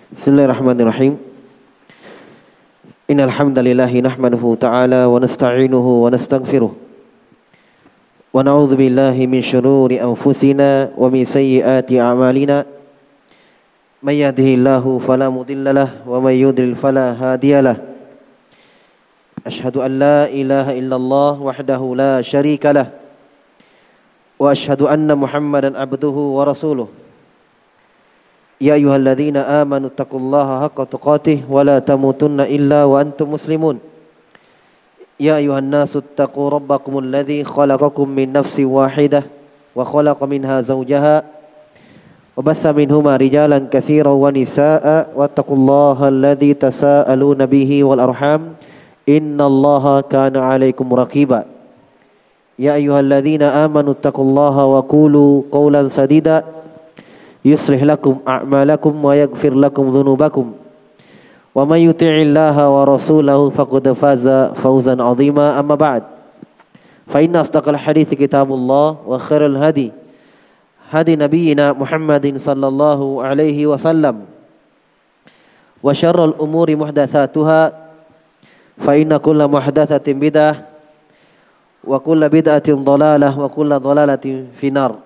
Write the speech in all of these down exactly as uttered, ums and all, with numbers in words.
Bismillahirrahmanirrahim. Innal hamdalillahi nahmaduhu ta'ala wa nasta'inuhu wa nastaghfiruh. Wa na'udzu billahi min syururi anfusina wa min sayyiati a'malina. May yahdihillahu fala mudilla lahu wa may yudlil fala hadiyalah. Asyhadu an la ilaha illallah wahdahu la syarika lah. Wa asyhadu anna Muhammadan abduhu wa rasuluh. Ya ayyuhalladzina amanu taqullaha haqqa tuqatih wa la tamutunna illa wa antum muslimun. Ya ayyuhan nasu taqu rabbakumul ladzi khalaqakum min nafsin wahidah wa khalaqa minha zawjaha wa batha minhuma rijalan katsiran wa nisaa'a wattaqullaha alladzi tasaaluna bihi wal arham innallaha kana 'alaikum raqiba. Ya ayyuhalladzina amanu taqullaha wa qulu qawlan sadida yuslih lakum a'malakum wa yaghfir lakum dhunubakum wa may yuti'illaha wa rasulahu faqad faza fawzan 'azima amma ba'd fa inna asdaqal hadithi kitabullah wa khairal hadi hadi nabiyyina Muhammadin sallallahu alaihi wasallam wa syarrul umuri muhdatsatuha fa inna kulla muhdatsatin bid'ah wa kulla bid'atin dhalalah wa kulla dhalalatin finar.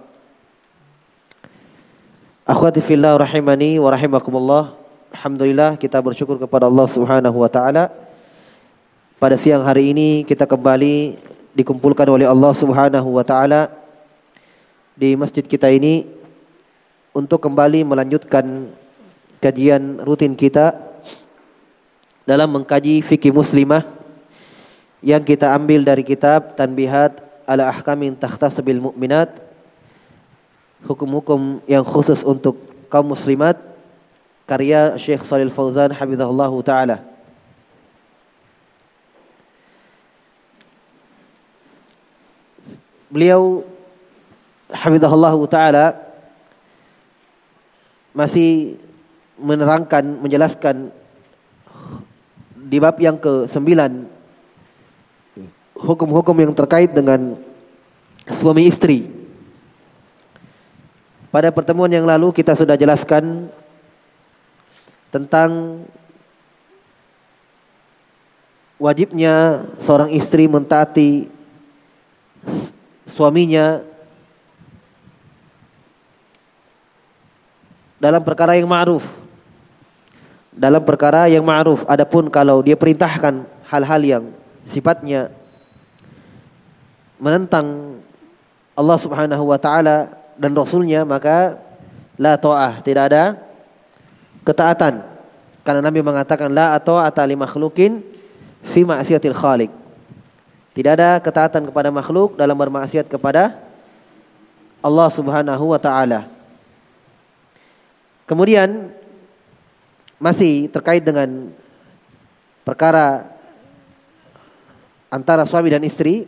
Akhwati fillah rahimani wa rahimakumullah. Alhamdulillah kita bersyukur kepada Allah Subhanahu wa taala. Pada siang hari ini kita kembali dikumpulkan oleh Allah Subhanahu wa taala di masjid kita ini untuk kembali melanjutkan kajian rutin kita dalam mengkaji fikih muslimah yang kita ambil dari kitab Tanbihat ala Ahkamin Takhtas bil Mu'minat, hukum-hukum yang khusus untuk kaum muslimat, karya Syekh Shalih Fauzan hafizahullahu taala. Beliau hafizahullahu taala masih menerangkan, menjelaskan di bab yang ke sembilan hukum-hukum yang terkait dengan suami istri. Pada pertemuan yang lalu kita sudah jelaskan tentang wajibnya seorang istri mentaati suaminya dalam perkara yang ma'ruf. Dalam perkara yang ma'ruf. Adapun kalau dia perintahkan hal-hal yang sifatnya menentang Allah Subhanahu wa taala dan Rasulnya, maka la ta'ah, tidak ada ketaatan. Karena Nabi mengatakan la ta'ata li makhlukin fi ma'siyatil khaliq. Tidak ada ketaatan kepada makhluk dalam bermaksiat kepada Allah Subhanahu wa taala. Kemudian masih terkait dengan perkara antara suami dan istri,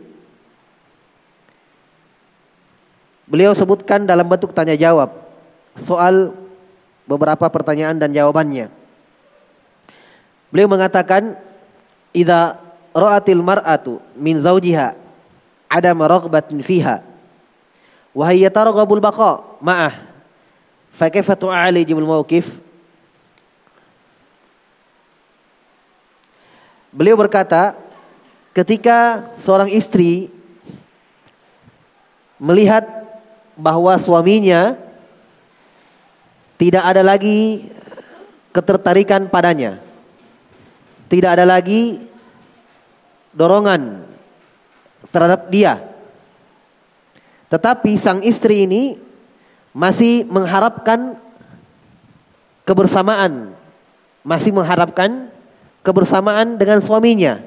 beliau sebutkan dalam bentuk tanya jawab soal beberapa pertanyaan dan jawabannya. Beliau mengatakan, idza ra'atil mar'atu min zawjiha adama raghbatin fiha wa hiya targhabul baqa ma'ah fa kaifa tu'alijul mawqif. Beliau berkata, ketika seorang istri melihat bahwa suaminya tidak ada lagi ketertarikan padanya, tidak ada lagi dorongan terhadap dia, tetapi sang istri ini masih mengharapkan kebersamaan, masih mengharapkan kebersamaan dengan suaminya.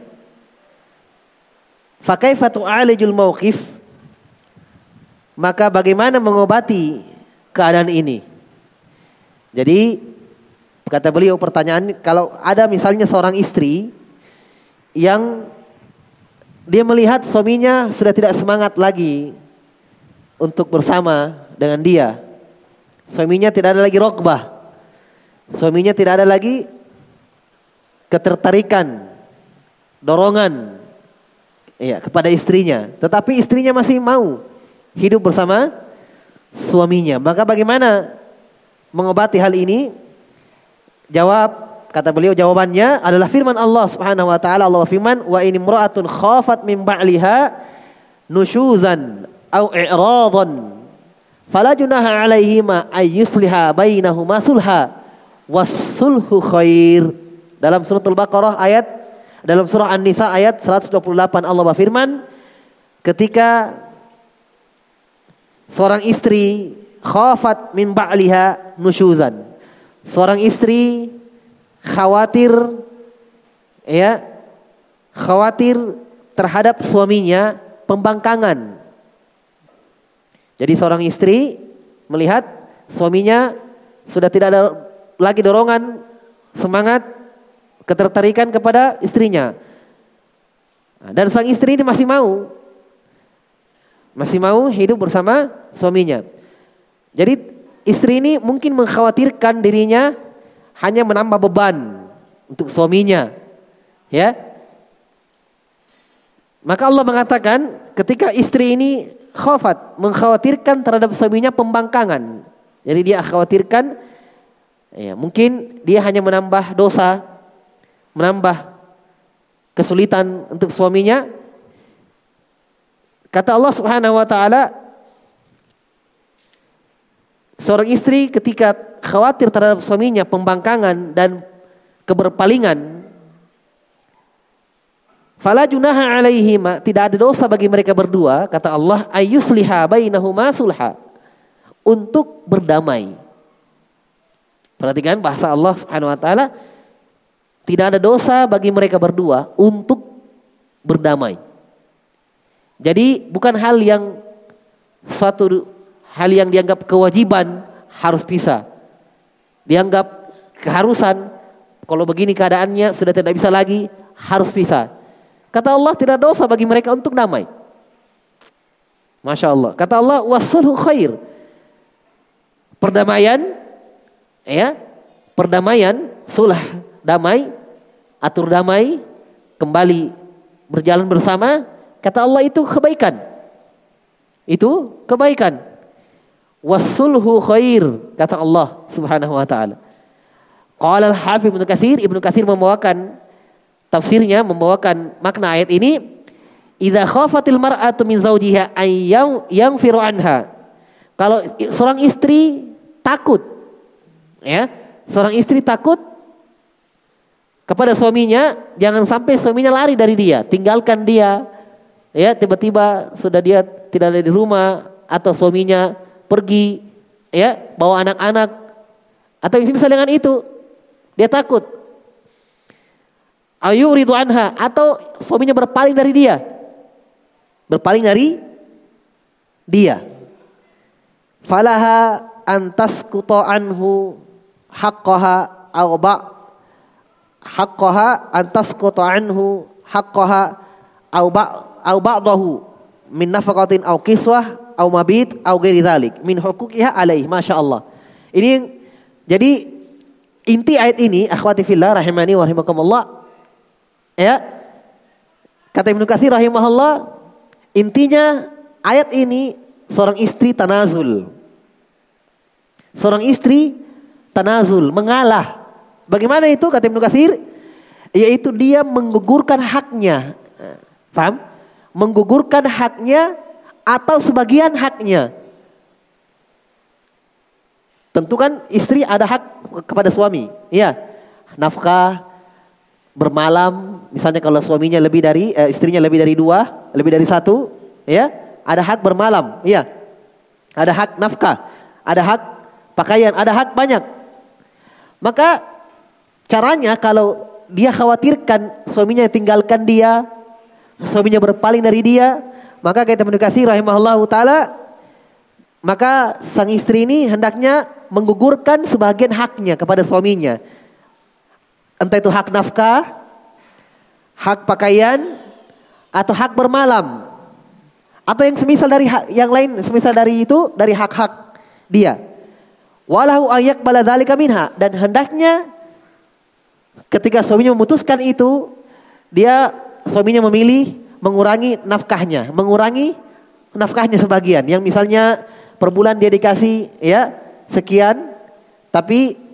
Fa kaifa tu'alijul mauqif? Maka bagaimana mengobati keadaan ini? Jadi kata beliau, pertanyaan, kalau ada misalnya seorang istri yang dia melihat suaminya sudah tidak semangat lagi untuk bersama dengan dia, suaminya tidak ada lagi rogbah, suaminya tidak ada lagi ketertarikan, dorongan ya, kepada istrinya, tetapi istrinya masih mau hidup bersama suaminya. Maka bagaimana mengobati hal ini? Jawab, kata beliau jawabannya adalah firman Allah Subhanahu wa taala. Allah firman, "Wa in imra'atun khafat min ba'liha nusyuzan aw i'radan fala junaha 'alaihima ay yusliha bainahuma sulha was-sulhu khair." Dalam surah Al-Baqarah ayat dalam surah An-Nisa ayat seratus dua puluh delapan Allah berfirman, ketika seorang istri khafat min ba'liha nusyuzan, seorang istri khawatir ya, khawatir terhadap suaminya pembangkangan. Jadi seorang istri melihat suaminya sudah tidak ada lagi dorongan, semangat, ketertarikan kepada istrinya. Dan sang istri ini masih mau masih mau hidup bersama suaminya. Jadi istri ini mungkin mengkhawatirkan dirinya hanya menambah beban untuk suaminya, ya. Maka Allah mengatakan ketika istri ini khafat, mengkhawatirkan terhadap suaminya pembangkangan. Jadi dia khawatirkan, ya, mungkin dia hanya menambah dosa, menambah kesulitan untuk suaminya. Kata Allah Subhanahu wa taala, seorang istri ketika khawatir terhadap suaminya pembangkangan dan keberpalingan, fala junaha alaihima, tidak ada dosa bagi mereka berdua, kata Allah, ayyusliha bainahuma sulha, untuk berdamai. Perhatikan bahasa Allah Subhanahu wa taala, tidak ada dosa bagi mereka berdua untuk berdamai. Jadi bukan hal yang suatu hal yang dianggap kewajiban harus pisah. Dianggap keharusan, kalau begini keadaannya sudah tidak bisa lagi, harus pisah. Kata Allah, tidak dosa bagi mereka untuk damai. Masya Allah. Kata Allah, wasulhu khair. Perdamaian, ya, perdamaian, sulh, damai, atur damai, kembali berjalan bersama. Kata Allah, itu kebaikan. Itu kebaikan. Wasulhu khair, kata Allah Subhanahu wa taala. Qala al-Hafidz Ibnu Katsir, Ibnu Katsir membawakan tafsirnya, membawakan makna ayat ini, idza khafatil mar'atu min zawjiha ay yanfiru anha. Kalau seorang istri takut, ya, seorang istri takut kepada suaminya, jangan sampai suaminya lari dari dia, tinggalkan dia, ya, tiba-tiba sudah dia tidak ada di rumah, atau suaminya pergi, ya, bawa anak-anak, atau misal dengan itu, dia takut. Ayu ridu anha, atau suaminya berpaling dari dia, berpaling dari dia. Falaha antaskuta anhu haqqaha aw ba haqqaha antaskuta anhu haqqaha aw ba aw ba'dahu min nafaqatin aw kiswah aw mabit aw ghairi dzalik min huquqiha alaih. Masyaallah. Ini jadi inti ayat ini, akhwati fillah rahimani wa rahimakumullah, ya. Kata Ibnu Katsir rahimahullah, intinya ayat ini seorang istri tanazul. Seorang istri tanazul, mengalah. Bagaimana itu kata Ibnu Katsir? Yaitu dia menggugurkan haknya. Paham? Menggugurkan haknya atau sebagian haknya. Tentu kan istri ada hak kepada suami, ya. Nafkah, bermalam, misalnya kalau suaminya lebih dari eh, istrinya lebih dari dua, lebih dari satu, ya, ada hak bermalam, ya. Ada hak nafkah, ada hak pakaian, ada hak banyak. Maka caranya kalau dia khawatirkan suaminya tinggalkan dia, suaminya berpaling dari dia, maka kata Ibnu Katsir rahimahullahu taala, maka sang istri ini hendaknya menggugurkan sebagian haknya kepada suaminya. Entah itu hak nafkah, hak pakaian, atau hak bermalam, atau yang semisal dari hak, yang lain semisal dari itu, dari hak-hak dia. Walahu ayak bala dzalika minha, dan hendaknya ketika suaminya memutuskan itu, dia suaminya memilih mengurangi nafkahnya, mengurangi nafkahnya sebagian. Yang misalnya per bulan dia dikasih, ya, sekian, tapi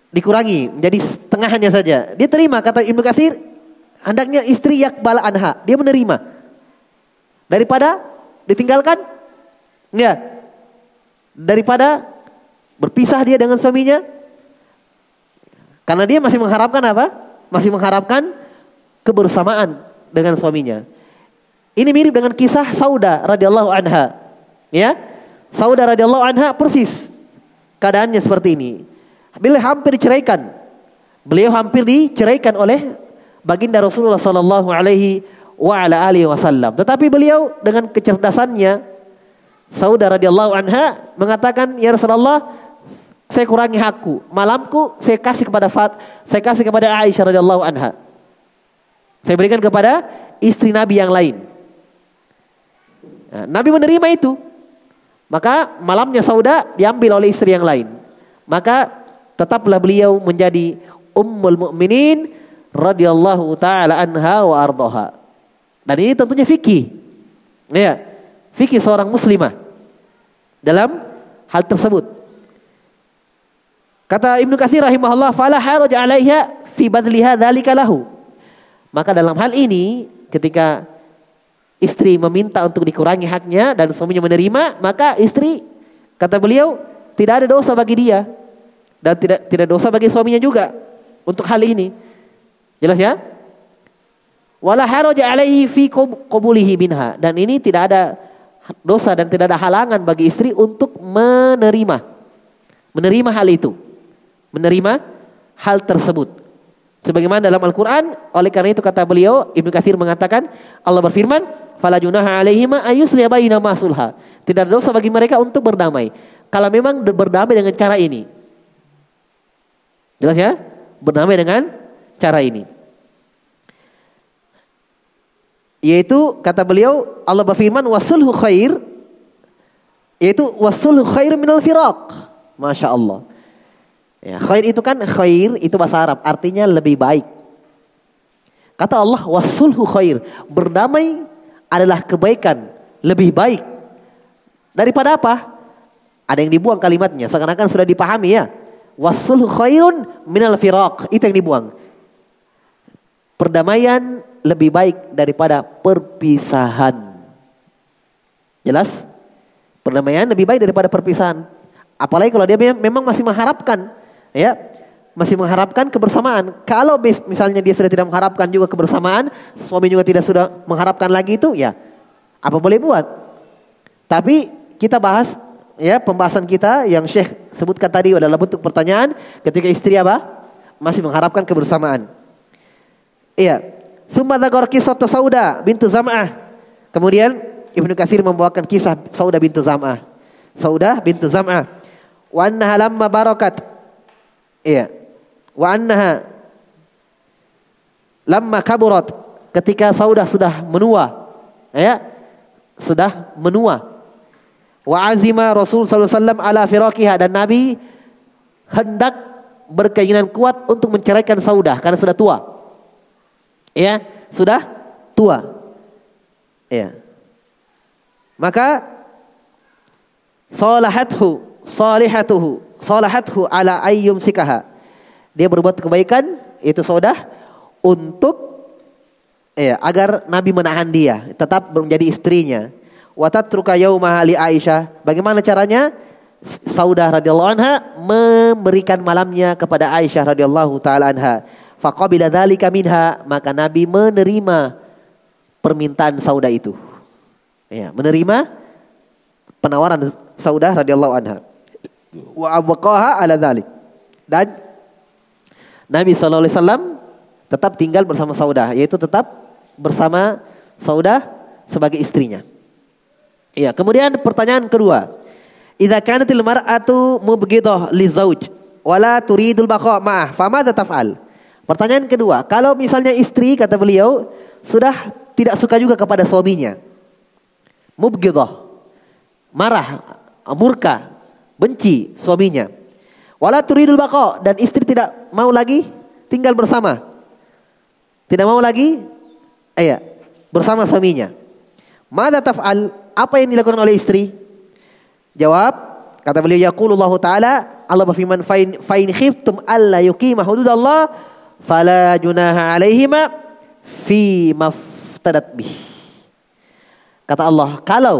dikurangi menjadi setengahnya saja. Dia terima, kata Ibnu Katsir, hendaknya istri yakbal anha, dia menerima daripada ditinggalkan, ya, daripada berpisah dia dengan suaminya, karena dia masih mengharapkan apa? Masih mengharapkan kebersamaan dengan suaminya. Ini mirip dengan kisah Saudah radhiyallahu anha, ya. Saudah radhiyallahu anha persis keadaannya seperti ini. Beliau hampir diceraikan. Beliau hampir diceraikan oleh baginda Rasulullah sallallahu alaihi wa ala alihi wasallam. Tetapi beliau dengan kecerdasannya, Saudah radhiyallahu anha mengatakan, "Ya Rasulullah, saya kurangi hakku. Malamku saya kasih kepada Fat, saya kasih kepada Aisyah radhiyallahu anha. Saya berikan kepada istri Nabi yang lain." Nah, Nabi menerima itu. Maka malamnya Saudah diambil oleh istri yang lain. Maka tetaplah beliau menjadi Ummul Mukminin radhiyallahu taala anha wa ardhaha. Dan ini tentunya fikih. Ya, fikih seorang muslimah dalam hal tersebut. Kata Ibnu Katsir rahimahullah, "Fala haraj 'alaiha fi badliha dzalika lahu." Maka dalam hal ini ketika istri meminta untuk dikurangi haknya dan suaminya menerima, maka istri, kata beliau, tidak ada dosa bagi dia dan tidak tidak dosa bagi suaminya juga untuk hal ini. Jelas ya? Wala haraja alaihi fi qabulihi minha, dan ini tidak ada dosa dan tidak ada halangan bagi istri untuk menerima menerima hal itu, menerima hal tersebut. Sebagaimana dalam Al-Quran, oleh karena itu kata beliau, Ibnu Katsir mengatakan, Allah berfirman, "Fala junaha alaihima ayyusliha bainahuma sulha." Tidak ada dosa bagi mereka untuk berdamai. Kalau memang berdamai dengan cara ini. Jelas ya? Berdamai dengan cara ini. Yaitu kata beliau, Allah berfirman, "Wasulhu khair." Yaitu wasulhu khair minal firaq. Masya Allah. Ya, khair itu kan, khair itu bahasa Arab, artinya lebih baik. Kata Allah, wasulhu khair, berdamai adalah kebaikan, lebih baik. Daripada apa? Ada yang dibuang kalimatnya, seakan-akan sudah dipahami ya. Wasulhu khairun minal firaq, itu yang dibuang. Perdamaian lebih baik daripada perpisahan. Jelas? Perdamaian lebih baik daripada perpisahan. Apalagi kalau dia memang masih mengharapkan, ya, masih mengharapkan kebersamaan. Kalau misalnya dia sudah tidak mengharapkan juga kebersamaan, suami juga tidak sudah mengharapkan lagi itu, ya, apa boleh buat? Tapi kita bahas, ya, pembahasan kita yang Syekh sebutkan tadi adalah bentuk pertanyaan ketika istri apa? Masih mengharapkan kebersamaan. Iya. Tsumma dzakara kisah Saudah bintu Zam'ah. Kemudian Ibnu Katsir membawakan kisah Saudah bintu Zam'ah. Saudah bintu Zam'ah. Wa annaha lamma barakat. Iya. Wa annaha lamma kaburat, ketika Saudah sudah menua, ya, sudah menua. Wa azima Rasul sallallahu alaihi wasallam ala firaqiha, dan Nabi hendak berkeinginan kuat untuk menceraikan Saudah karena sudah tua. Ya, sudah tua. Ya. Maka salahathu salihatuhu salahathu ala ayyum sikaha. Dia berbuat kebaikan itu Saudah untuk, ya, agar Nabi menahan dia tetap menjadi istrinya. Wa tatruka yaumaha li Aisyah. Bagaimana caranya? Saudah radhiyallahu anha memberikan malamnya kepada Aisyah radhiyallahu taala anha. Faqabila dzalika minha, maka Nabi menerima permintaan Saudah itu. Ya, menerima penawaran Saudah radhiyallahu anha. Wa abqaha ala dzalik. Dan Nabi sallallahu alaihi wasallam tetap tinggal bersama Saudah, yaitu tetap bersama Saudah sebagai istrinya. Iya, kemudian pertanyaan kedua. Idza kanatil mar'atu mubghidah li zauj wala turidul baqa' ma'ah, famadza taf'al? Pertanyaan kedua, kalau misalnya istri, kata beliau, sudah tidak suka juga kepada suaminya, mubghidah, marah, murka, benci suaminya, wala turidul baqa', dan istri tidak mau lagi tinggal bersama, tidak mau lagi iya, bersama suaminya. Madza taf'al? Apa yang dilakukan oleh istri? Jawab, kata beliau, yaqulullahu ta'ala, Allah berfirman fain fain khiftum alla yuqima hududallah fala junaha alaihima fi maftadat bih. Kata Allah, kalau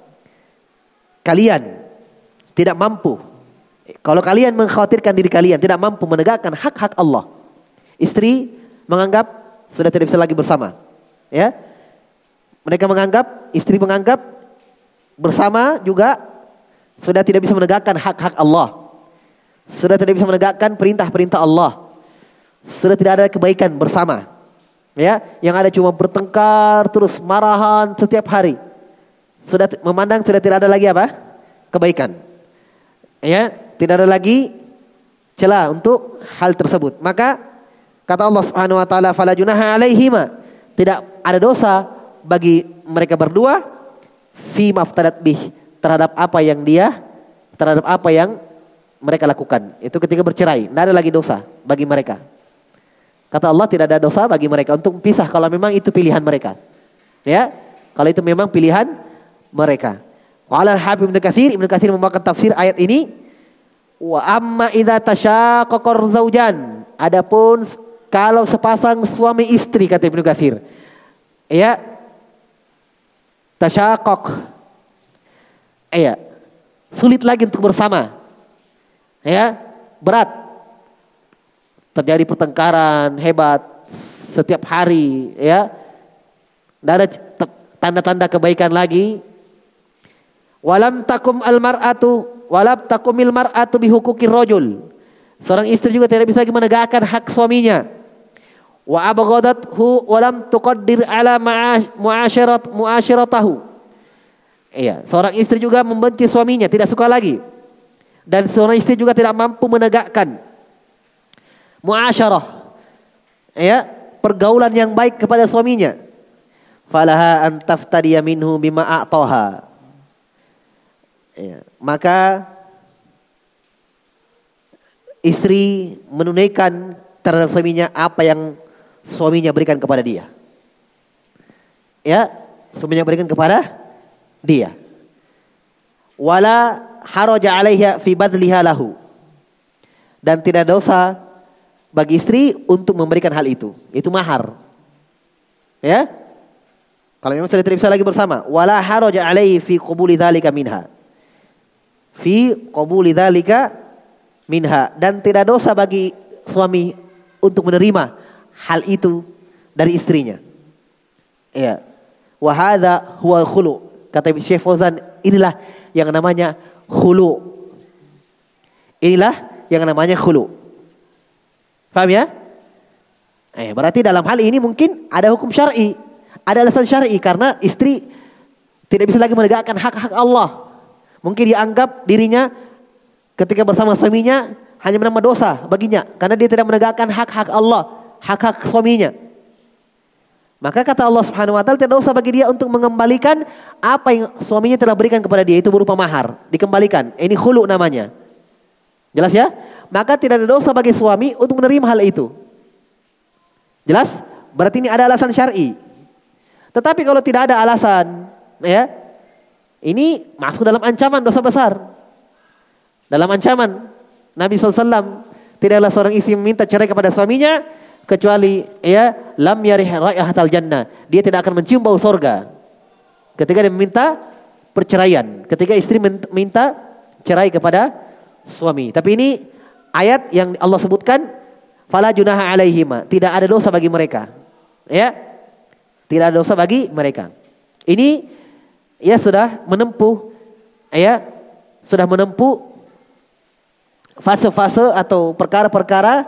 kalian tidak mampu, kalau kalian mengkhawatirkan diri kalian tidak mampu menegakkan hak-hak Allah, istri menganggap sudah tidak bisa lagi bersama, ya. Mereka menganggap, istri menganggap bersama juga sudah tidak bisa menegakkan hak-hak Allah, sudah tidak bisa menegakkan perintah-perintah Allah, sudah tidak ada kebaikan bersama, ya. Yang ada cuma bertengkar terus, marahan setiap hari. Sudah memandang sudah tidak ada lagi apa? Kebaikan. Ya, tidak ada lagi celah untuk hal tersebut. Maka kata Allah Subhanahu wa taala fala junaha alaihima, tidak ada dosa bagi mereka berdua fi maftadat bih, terhadap apa yang dia terhadap apa yang mereka lakukan. Itu ketika bercerai, tidak ada lagi dosa bagi mereka. Kata Allah tidak ada dosa bagi mereka untuk pisah kalau memang itu pilihan mereka. Ya, kalau itu memang pilihan mereka. Qala al-Habib Ibnu Katsir, Ibnu Katsir membawakan tafsir ayat ini, wa amma idza tashaqqaqar zaujan, adapun kalau sepasang suami istri, kata Ibnu Katsir, ya, tasyaqqaq, ya, sulit lagi untuk bersama, ya, berat, terjadi pertengkaran hebat setiap hari, ya, tidak ada tanda-tanda kebaikan lagi. Walam takum almar'atu walam takumil mar'atu bihukukir rajul, seorang istri juga tidak bisa lagi menegakkan hak suaminya. Wa abghadathu walam tuqaddir ala mu'asyarat mu'asyaratahu, iya, seorang istri juga membenci suaminya, tidak suka lagi, dan seorang istri juga tidak mampu menegakkan mu'asyarah, ya, pergaulan yang baik kepada suaminya. Falaha an taftadiya minhu bima a'taha, ya, maka istri menunaikan terhadap suaminya apa yang suaminya berikan kepada dia. Ya, suaminya berikan kepada dia. Wala haraja 'alaiha fi badliha lahu, dan tidak dosa bagi istri untuk memberikan hal itu. Itu mahar. Ya, kalau memang sudah tidak bisa lagi bersama. Wala haraja 'alaihi fi qabuli dzalika minha. Fi qabuli dzalika minha, dan tidak dosa bagi suami untuk menerima hal itu dari istrinya. Ya. Wa hadza huwa khulu. Kata Syekh Fauzan, inilah yang namanya khulu. Inilah yang namanya khulu. Paham ya? Eh, berarti dalam hal ini mungkin ada hukum syar'i, ada alasan syar'i karena istri tidak bisa lagi menegakkan hak-hak Allah. Mungkin dianggap dirinya ketika bersama suaminya hanya menambah dosa baginya karena dia tidak menegakkan hak-hak Allah, hak-hak suaminya. Maka kata Allah Subhanahu wa taala tidak dosa bagi dia untuk mengembalikan apa yang suaminya telah berikan kepada dia, itu berupa mahar, dikembalikan. Ini khulu namanya. Jelas ya? Maka tidak ada dosa bagi suami untuk menerima hal itu. Jelas? Berarti ini ada alasan syar'i. Tetapi kalau tidak ada alasan, ya, ini masuk dalam ancaman dosa besar. Dalam ancaman Nabi shallallahu alaihi wasallam, tidaklah seorang istri meminta cerai kepada suaminya kecuali, ya, lam yarih raihatal jannah, dia tidak akan mencium bau surga ketika dia meminta perceraian, ketika istri minta cerai kepada suami. Tapi ini ayat yang Allah sebutkan fala junaha alaihima, tidak ada dosa bagi mereka, ya, tidak ada dosa bagi mereka. Ini ia sudah menempuh, ya, sudah menempuh fase-fase atau perkara-perkara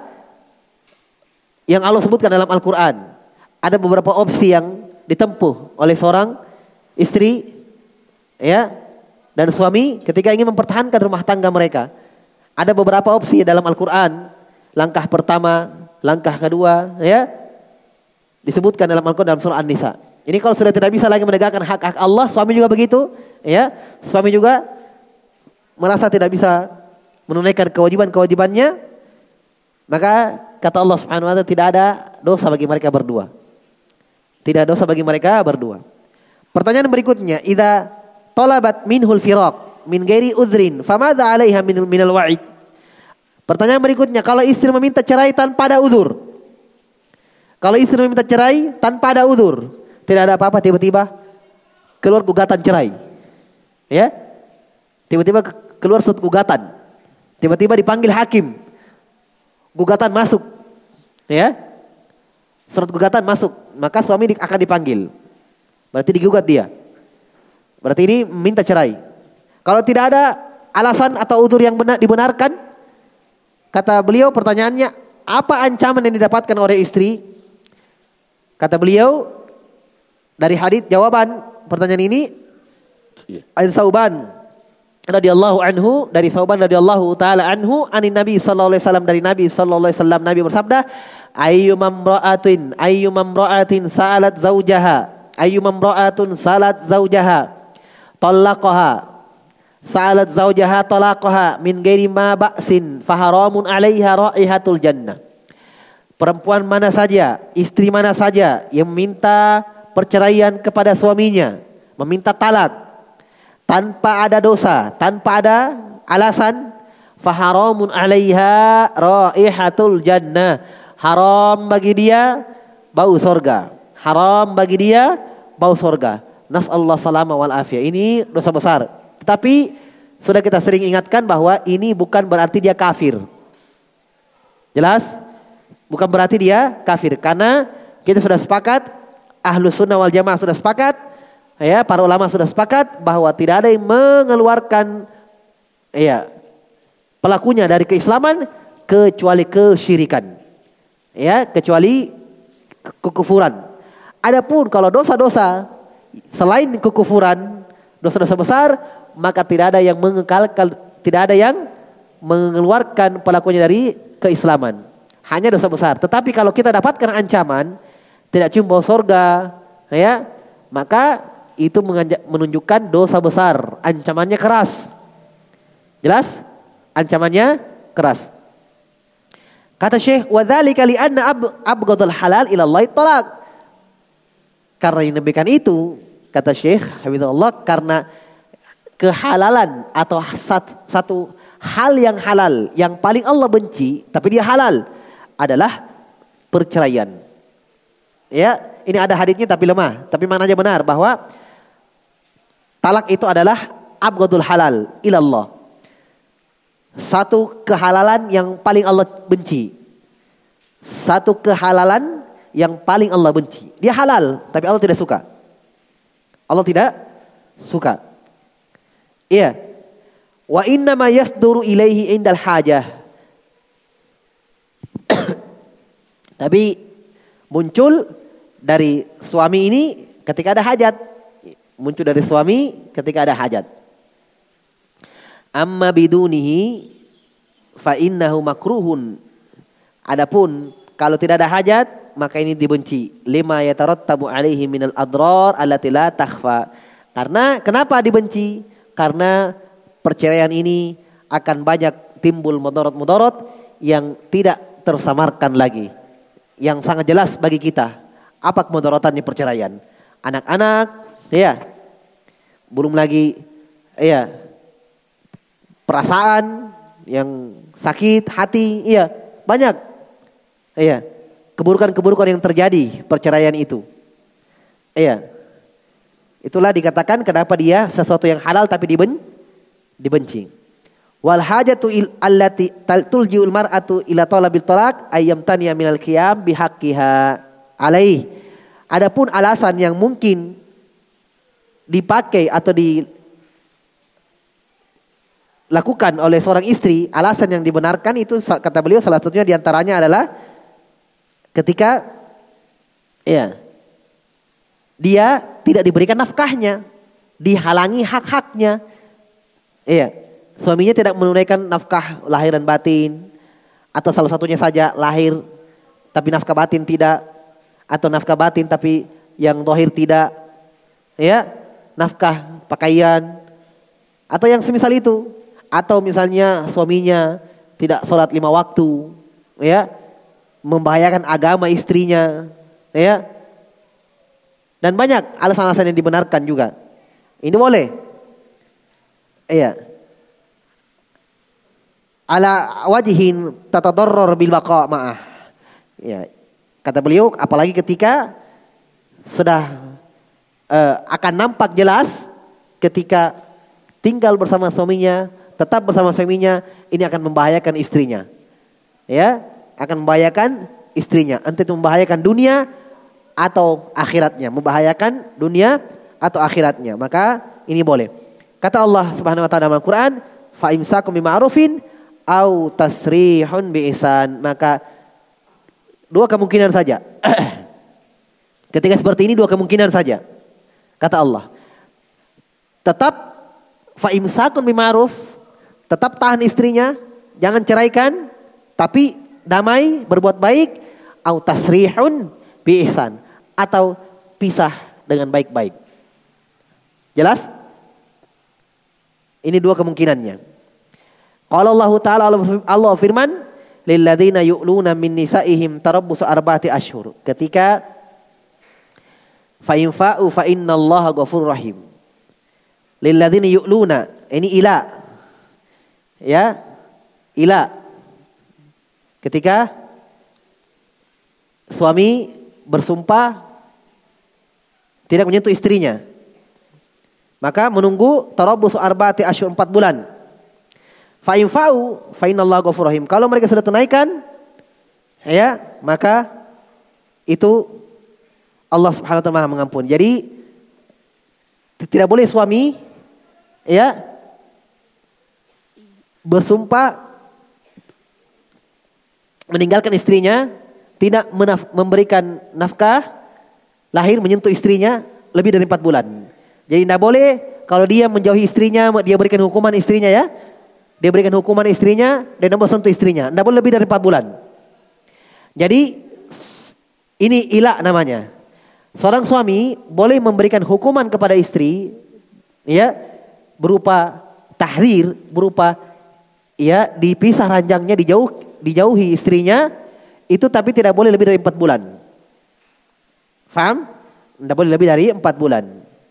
yang Allah sebutkan dalam Al-Quran. Ada beberapa opsi yang ditempuh oleh seorang istri, ya, dan suami ketika ingin mempertahankan rumah tangga mereka. Ada beberapa opsi dalam Al-Quran. Langkah pertama, langkah kedua, ya, disebutkan dalam Al-Quran dalam surah An-Nisa. Ini kalau sudah tidak bisa lagi menegakkan hak-hak Allah, suami juga begitu, ya. Suami juga merasa tidak bisa menunaikan kewajiban-kewajibannya, maka kata Allah Subhanahu wa taala tidak ada dosa bagi mereka berdua. Tidak ada dosa bagi mereka berdua. Pertanyaan berikutnya, idza talabat minhul firaq min ghairi udhrin famadza 'alaiha min minal wa'id. Pertanyaan berikutnya, kalau istri meminta cerai tanpa ada udzur. Kalau istri meminta cerai tanpa ada udzur, tidak ada apa-apa, tiba-tiba keluar gugatan cerai. Ya? Tiba-tiba keluar surat gugatan. Tiba-tiba dipanggil hakim. Gugatan masuk. Ya? Surat gugatan masuk, maka suami akan dipanggil. Berarti digugat dia. Berarti ini minta cerai. Kalau tidak ada alasan atau udzur yang benar dibenarkan, kata beliau, pertanyaannya, apa ancaman yang didapatkan oleh istri? Kata beliau, dari hadits jawaban pertanyaan ini, An Sauban radhiyallahu anhu, dari Sauban radhiyallahu taala anhu, anin Nabi sallallahu alaihi wasallam, dari Nabi sallallahu alaihi wasallam, Nabi bersabda, ayyumam ra'atin ayyumam ra'atin salat zaujaha ayyumam ra'atun salat zaujaha talaqaha Sa'alat zawjaha talaqaha min ghairi ma ba'sin faharamun 'alaiha raihatul jannah. Perempuan mana saja, istri mana saja yang meminta perceraian kepada suaminya, meminta talak tanpa ada dosa, tanpa ada alasan, faharamun 'alaiha raihatul jannah. Haram bagi dia bau surga. Haram bagi dia bau surga. Nas'allahu salama wal afiyah. Ini dosa besar. Tetapi sudah kita sering ingatkan bahwa ini bukan berarti dia kafir. Jelas? Bukan berarti dia kafir. Karena kita sudah sepakat, Ahlus Sunnah wal Jamaah sudah sepakat, ya, para ulama sudah sepakat bahwa tidak ada yang mengeluarkan ya, pelakunya dari keislaman kecuali kesyirikan. Ya, kecuali kekufuran. Adapun kalau dosa-dosa selain kekufuran, dosa-dosa besar, maka tidak ada yang mengekalkan, tidak ada yang mengeluarkan pelakunya dari keislaman. Hanya dosa besar. Tetapi kalau kita dapatkan ancaman tidak cium bau surga, ya, maka itu menunjukkan dosa besar. Ancamannya keras. Jelas? Ancamannya keras. Kata Syekh, wa dzalika li anna abghadul halal ila Allah talaq. Karena yang demikian itu, kata Syekh hafizahullah, karena kehalalan atau satu, satu hal yang halal yang paling Allah benci tapi dia halal adalah perceraian. Ya, ini ada haditsnya tapi lemah, tapi maknanya benar bahwa talak itu adalah abghadul halal ilallah. Satu kehalalan yang paling Allah benci. Satu kehalalan yang paling Allah benci. Dia halal tapi Allah tidak suka. Allah tidak suka. Iya. Wa inna ma yasduru ilaihi indal hajah. Tapi muncul dari suami ini ketika ada hajat. Muncul dari suami ketika ada hajat. Amma bidunihi fa innahu makruhun. Adapun kalau tidak ada hajat, maka ini dibenci. Lima yatarattabu alaihi minal adrar allati la takhfa. Karena kenapa dibenci? Karena perceraian ini akan banyak timbul mudarat-mudarat yang tidak tersamarkan lagi. Yang sangat jelas bagi kita. Apa kemudaratannya perceraian? Anak-anak, ya. Belum lagi, ya. Perasaan yang sakit, hati, iya. Banyak, iya. Keburukan-keburukan yang terjadi perceraian itu. Iya. Itulah dikatakan kenapa dia sesuatu yang halal tapi diben, dibenci. Wal hajatu allati tuljiul mar'atu ila talabil talaq ayyam taniya minal qiyam bihaqqiha alaih. Adapun alasan yang mungkin dipakai atau dilakukan oleh seorang istri, alasan yang dibenarkan itu kata beliau salah satunya diantaranya adalah ketika ya dia tidak diberikan nafkahnya, dihalangi hak-haknya. Iya, suaminya tidak menunaikan nafkah lahir dan batin, atau salah satunya saja lahir tapi nafkah batin tidak, atau nafkah batin tapi yang zahir tidak. Ya, nafkah pakaian atau yang semisal itu, atau misalnya suaminya tidak sholat lima waktu, ya, membahayakan agama istrinya, ya. Dan banyak alasan-alasan yang dibenarkan juga. Ini boleh. Iya. ala wajhin tatadarrar bil baqa ma'ah. Ya. Kata beliau, apalagi ketika sudah uh, akan nampak jelas ketika tinggal bersama suaminya, tetap bersama suaminya, ini akan membahayakan istrinya. Ya, akan membahayakan istrinya. Entah itu membahayakan dunia atau akhiratnya, membahayakan dunia atau akhiratnya. Maka ini boleh. Kata Allah Subhanahu wa taala dalam Al-Qur'an, fa imsakum bima'rufin au tasrihun bi ihsan. Maka dua kemungkinan saja. Ketika seperti ini dua kemungkinan saja. Kata Allah. Tetap fa imsakun bima'ruf, tetap tahan istrinya, jangan ceraikan, tapi damai, berbuat baik, au tasrihun bi ihsan, atau pisah dengan baik-baik. Jelas? Ini dua kemungkinannya. Qala Allah Ta'ala, Allah firman, lilladzina yu'luna min nisaihim tarabbusu arba'ati ashhur. Ketika fa in fa'u fa innallaha ghafurur rahim. Lilladzina yu'luna, ini ila. Ya. Ila. Ketika suami bersumpah tidak menyentuh istrinya, maka menunggu tarabbus arba'ati asyhur, empat bulan. Fa in fa'u fa innallaha ghafurur rahim. Kalau mereka sudah tunaikan, ya, maka itu Allah Subhanahu wa taala Maha mengampuni. Jadi tidak boleh suami, ya, bersumpah meninggalkan istrinya, tidak menaf- memberikan nafkah, lahir menyentuh istrinya lebih dari empat bulan. Jadi tidak boleh kalau dia menjauhi istrinya, dia berikan hukuman istrinya, ya, dia berikan hukuman istrinya dan tidak sentuh istrinya, tidak boleh lebih dari empat bulan. Jadi ini ilah namanya. Seorang suami boleh memberikan hukuman kepada istri, ya, berupa tahrir, berupa, ya, dipisah ranjangnya, dijauh, dijauhi istrinya, itu tapi tidak boleh lebih dari empat bulan. Faham? Tidak boleh lebih dari empat bulan.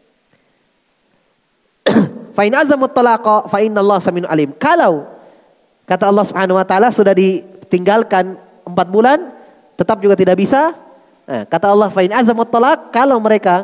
Fa in azamut talaqa fa innallaha samiun alim. Kalau kata Allah Subhanahu wa taala sudah ditinggalkan empat bulan tetap juga tidak bisa. Nah, kata Allah fa in azamut talaq, kalau mereka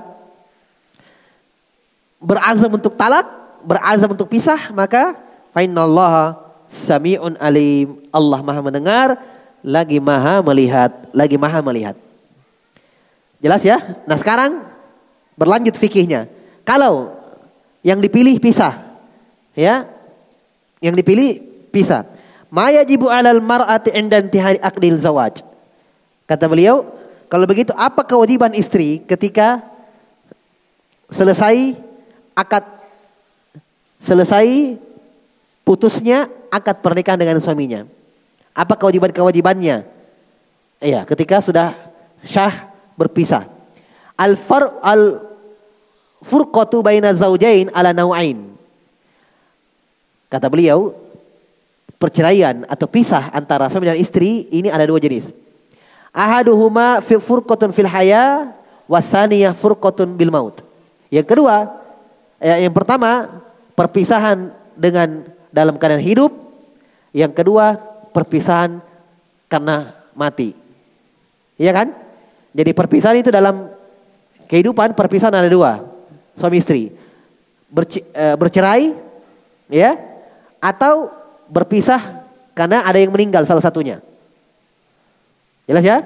berazam untuk talak, berazam untuk pisah, maka fa innallaha samiun alim. Allah Maha mendengar lagi Maha melihat, lagi Maha melihat. Jelas ya? Nah, sekarang berlanjut fikihnya. Kalau yang dipilih pisah, ya, yang dipilih pisah. Ma yajibu 'alal mar'ati 'inda intihai aqdil zawaj. Kata beliau, kalau begitu apa kewajiban istri ketika selesai akad, selesai putusnya akad pernikahan dengan suaminya? Apa kewajiban-kewajibannya? Iya, ketika sudah syah berpisah. Al-far al furqatu baina zaujain ala nau'ain. Kata beliau, perceraian atau pisah antara suami dan istri ini ada dua jenis. Ahaduhuma fi furqatun fil haya wa tsaniyah furqatun bil maut. Yang kedua, ya, yang pertama perpisahan dengan dalam keadaan hidup, yang kedua perpisahan karena mati. Iya kan? Jadi perpisahan itu dalam kehidupan, perpisahan ada dua. Suami istri Berci, uh, bercerai, ya, atau berpisah karena ada yang meninggal salah satunya. Jelas ya?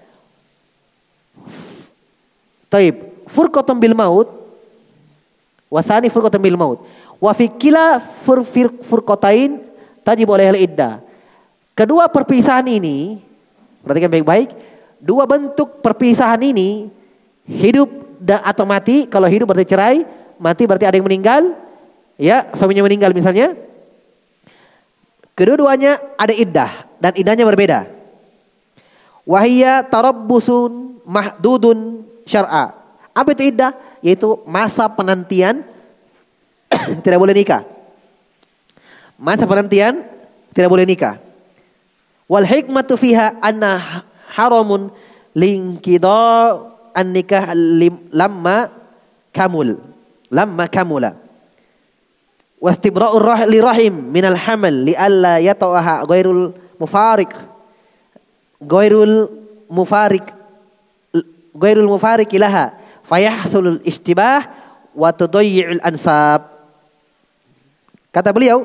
Taib, furqatun bil maut, wasani furqatun bil maut. Wa fi kila fur furqatain tajib alaihal iddah. Kedua perpisahan ini, perhatikan baik-baik, dua bentuk perpisahan ini, hidup atau mati. Kalau hidup berarti cerai, mati berarti ada yang meninggal, ya, suaminya meninggal misalnya. Kedua-duanya ada iddah dan iddahnya berbeda. Wahiyya tarabbusun mahdudun syar'a. Apa itu iddah? Yaitu masa penantian tidak boleh nikah. Masa penantian tidak boleh nikah. Wal hikmatu fiha anna haramun linkida an nikah lim, lamma kamul lamma kamula. Wastibra'ur rah- li rahim minal hamal li alla yata'aha ghairul mufarik ghairul mufarik ghairul mufarik ilaha fayahsulul istibah wa tudayyi'ul ansab. Kata beliau,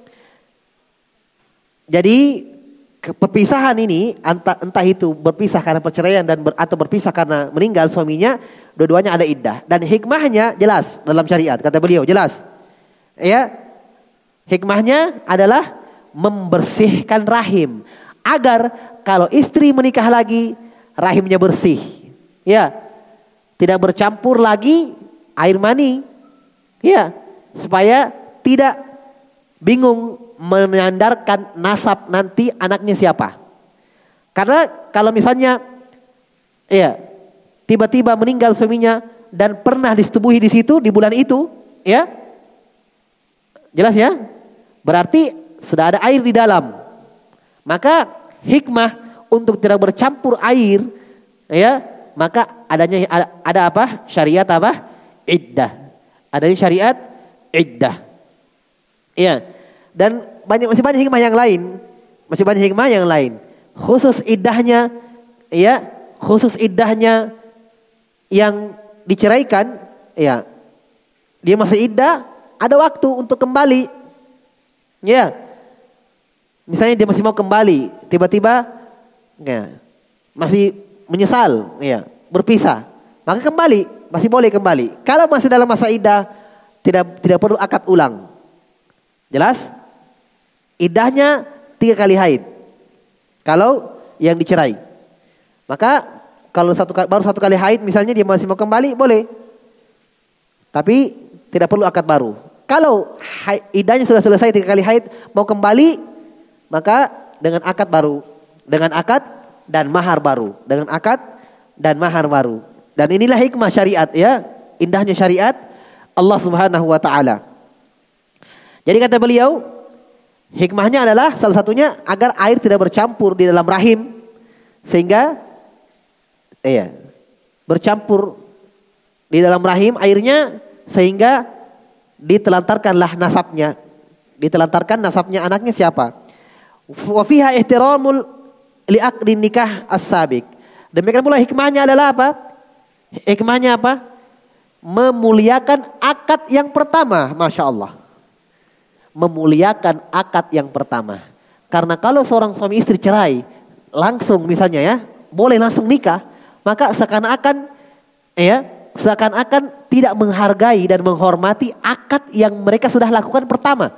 jadi perpisahan ini entah, entah itu berpisah karena perceraian dan ber, atau berpisah karena meninggal suaminya, dua-duanya ada iddah dan hikmahnya jelas dalam syariat. Kata beliau jelas. Ya, hikmahnya adalah membersihkan rahim agar kalau istri menikah lagi rahimnya bersih. Ya, tidak bercampur lagi air mani. Ya, supaya tidak bingung menyandarkan nasab nanti anaknya siapa. Karena kalau misalnya ya tiba-tiba meninggal suaminya dan pernah disetubuhi di situ di bulan itu, ya jelas ya, berarti sudah ada air di dalam. Maka hikmah untuk tidak bercampur air, ya, maka adanya ada, ada apa? Syariat apa? Iddah. Adanya syariat iddah. Iya. Dan banyak masih banyak hikmah yang lain, masih banyak hikmah yang lain. Khusus iddahnya, ya, khusus iddahnya yang diceraikan, ya, dia masih iddah, ada waktu untuk kembali. Ya. Misalnya dia masih mau kembali, tiba-tiba ya, masih menyesal, ya, berpisah. Maka kembali, masih boleh kembali. Kalau masih dalam masa iddah, tidak tidak perlu akad ulang. Jelas? Iddahnya tiga kali haid. Kalau yang dicerai. Maka kalau satu baru satu kali haid misalnya dia masih mau kembali, boleh. Tapi tidak perlu akad baru. Kalau iddahnya sudah selesai tiga kali haid, mau kembali, maka dengan akad baru, dengan akad dan mahar baru, dengan akad dan mahar baru. Dan inilah hikmah syariat, ya, indahnya syariat Allah Subhanahu wa taala. Jadi kata beliau, hikmahnya adalah salah satunya agar air tidak bercampur di dalam rahim sehingga iya, bercampur di dalam rahim airnya sehingga ditelantarkanlah nasabnya. Ditelantarkan nasabnya anaknya siapa? Wa fiha ihtiramul li'aqdin nikah as-sabiq. Demikian pula hikmahnya adalah apa? Hikmahnya apa? Memuliakan akad yang pertama, Masya Allah. Memuliakan akad yang pertama. Karena kalau seorang suami istri cerai, langsung misalnya ya, boleh langsung nikah, maka seakan-akan ya, seakan-akan tidak menghargai dan menghormati akad yang mereka sudah lakukan pertama.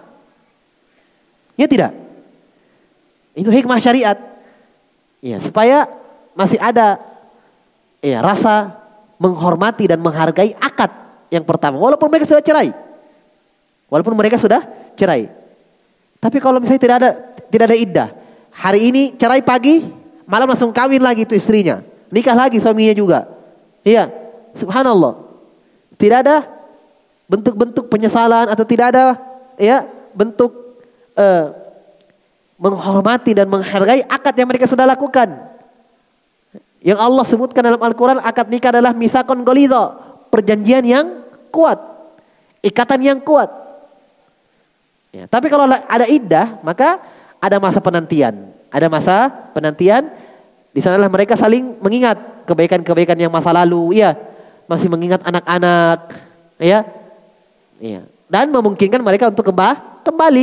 Ya tidak? Itu hikmah syariat. Ya, supaya masih ada ya, rasa menghormati dan menghargai akad yang pertama. Walaupun mereka sudah cerai. Walaupun mereka sudah cerai. Tapi kalau misalnya tidak ada tidak ada iddah. Hari ini cerai pagi, malam langsung kawin lagi itu istrinya. Nikah lagi suaminya juga. Iya. Subhanallah. Tidak ada bentuk-bentuk penyesalan atau tidak ada ya bentuk uh, menghormati dan menghargai akad yang mereka sudah lakukan. Yang Allah sebutkan dalam Al-Quran, akad nikah adalah mitsaqun ghalidha, perjanjian yang kuat, ikatan yang kuat. Ya, tapi kalau ada iddah, maka ada masa penantian, ada masa penantian. Di sanalah mereka saling mengingat kebaikan-kebaikan yang masa lalu, ya, masih mengingat anak-anak, ya, ya, dan memungkinkan mereka untuk kembali, kembali,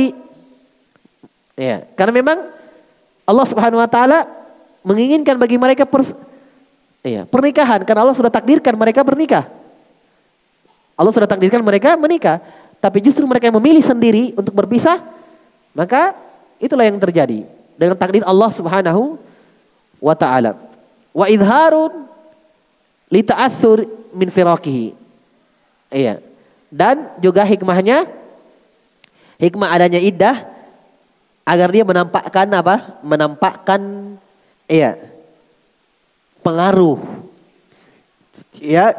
ya, karena memang Allah Subhanahu Wa Taala menginginkan bagi mereka pers, ya, pernikahan, karena Allah sudah takdirkan mereka bernikah, Allah sudah takdirkan mereka menikah, tapi justru mereka yang memilih sendiri untuk berpisah, maka itulah yang terjadi dengan takdir Allah Subhanahu Wa Taala. Wa idharun li ta'athur min firaqihi. Iya. Dan juga hikmahnya, hikmah adanya iddah agar dia menampakkan apa? Menampakkan iya, pengaruh. Ya.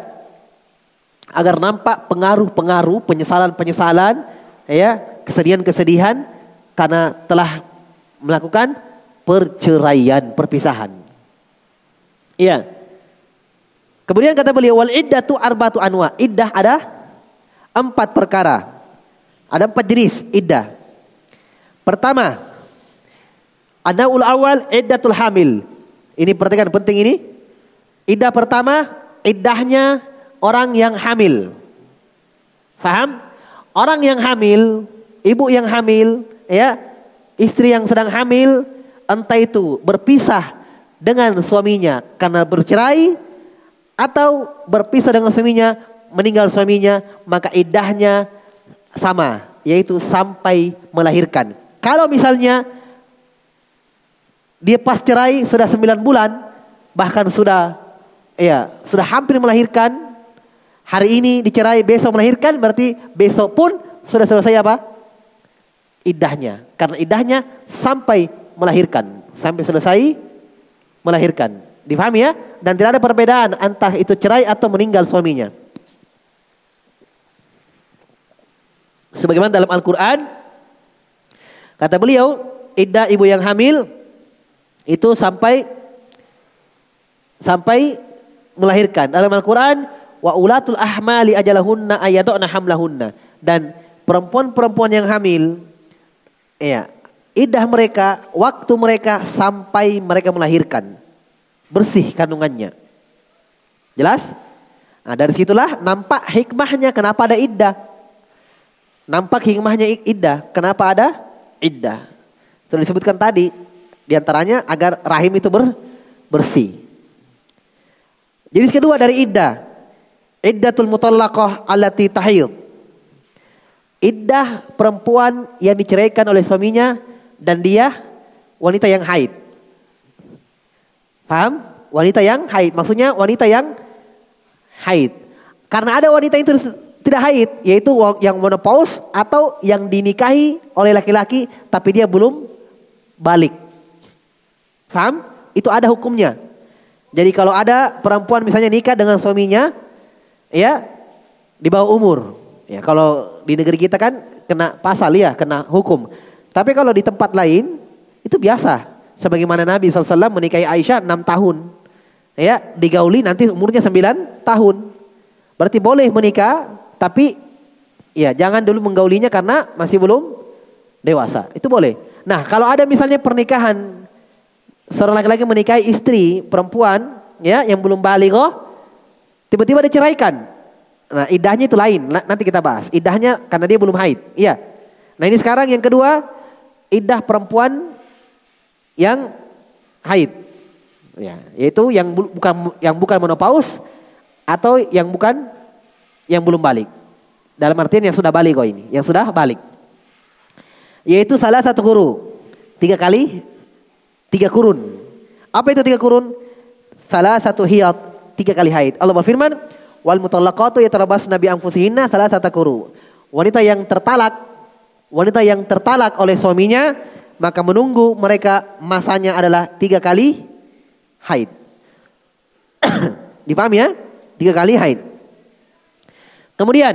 Agar nampak pengaruh-pengaruh, penyesalan-penyesalan, ya, kesedihan-kesedihan karena telah melakukan perceraian, perpisahan. Iya. Kemudian kata beliau, wal iddatu arba'atu anwa. Iddah ada empat perkara. Ada empat jenis iddah. Pertama, an-naw'ul awal iddatul hamil. Ini perhatikan penting ini. Iddah pertama, iddahnya orang yang hamil. Faham? Orang yang hamil, ibu yang hamil, ya, istri yang sedang hamil, entah itu berpisah dengan suaminya karena bercerai atau berpisah dengan suaminya, meninggal suaminya, maka iddahnya sama, yaitu sampai melahirkan. Kalau misalnya dia pas cerai sudah sembilan bulan, bahkan sudah ya sudah hampir melahirkan, hari ini dicerai besok melahirkan, berarti besok pun sudah selesai apa? Iddahnya. Karena iddahnya sampai melahirkan, sampai selesai melahirkan. Difahami ya? Dan tidak ada perbedaan entah itu cerai atau meninggal suaminya. Sebagaimana dalam Al-Quran, kata beliau, iddah ibu yang hamil itu sampai sampai melahirkan. Dalam Al-Quran, wa ulatul ahmali ajalahunna ayaduna hamlahunna. Dan perempuan-perempuan yang hamil, ya, iddah mereka, waktu mereka sampai mereka melahirkan, bersih kandungannya. Jelas? Nah, dari situlah nampak hikmahnya kenapa ada iddah. Nampak hikmahnya iddah. Kenapa ada iddah? Sudah disebutkan tadi. Di antaranya agar rahim itu ber, bersih. Jenis kedua dari iddah, iddatul mutallaqah allati tahid. Iddah perempuan yang diceraikan oleh suaminya dan dia wanita yang haid. Paham? Wanita yang haid. Maksudnya wanita yang haid. Karena ada wanita itu tidak haid, yaitu yang menopause atau yang dinikahi oleh laki-laki tapi dia belum balik. Paham? Itu ada hukumnya. Jadi kalau ada perempuan misalnya nikah dengan suaminya, ya, di bawah umur, ya, kalau di negeri kita kan kena pasal ya, kena hukum. Tapi kalau di tempat lain itu biasa. Sebagaimana Nabi shallallahu alaihi wasallam menikahi Aisyah enam tahun, ya, digauli nanti umurnya sembilan tahun. Berarti boleh menikah, tapi ya jangan dulu menggaulinya karena masih belum dewasa. Itu boleh. Nah, kalau ada misalnya pernikahan, seorang laki-laki menikahi istri perempuan, ya, yang belum balighah, tiba-tiba diceraikan. Nah, iddahnya itu lain. Nanti kita bahas. Iddahnya karena dia belum haid. Iya. Nah, ini sekarang yang kedua, iddah perempuan yang haid. Ya, yaitu yang bukan yang bukan menopause atau yang bukan yang belum balik. Dalam artian yang sudah balik kok ini, yang sudah balik. Yaitu salah satu kuru. Tiga kali, tiga kurun. Apa itu tiga kurun? Salah satu hiyat, tiga kali haid. Allah berfirman, wal mutallaqatu yatarabbasna bi anfusihinna salah satu kuru. Wanita yang tertalak, wanita yang tertalak oleh suaminya, maka menunggu mereka masanya adalah tiga kali haid. Dipahami ya? Tiga kali haid. Kemudian,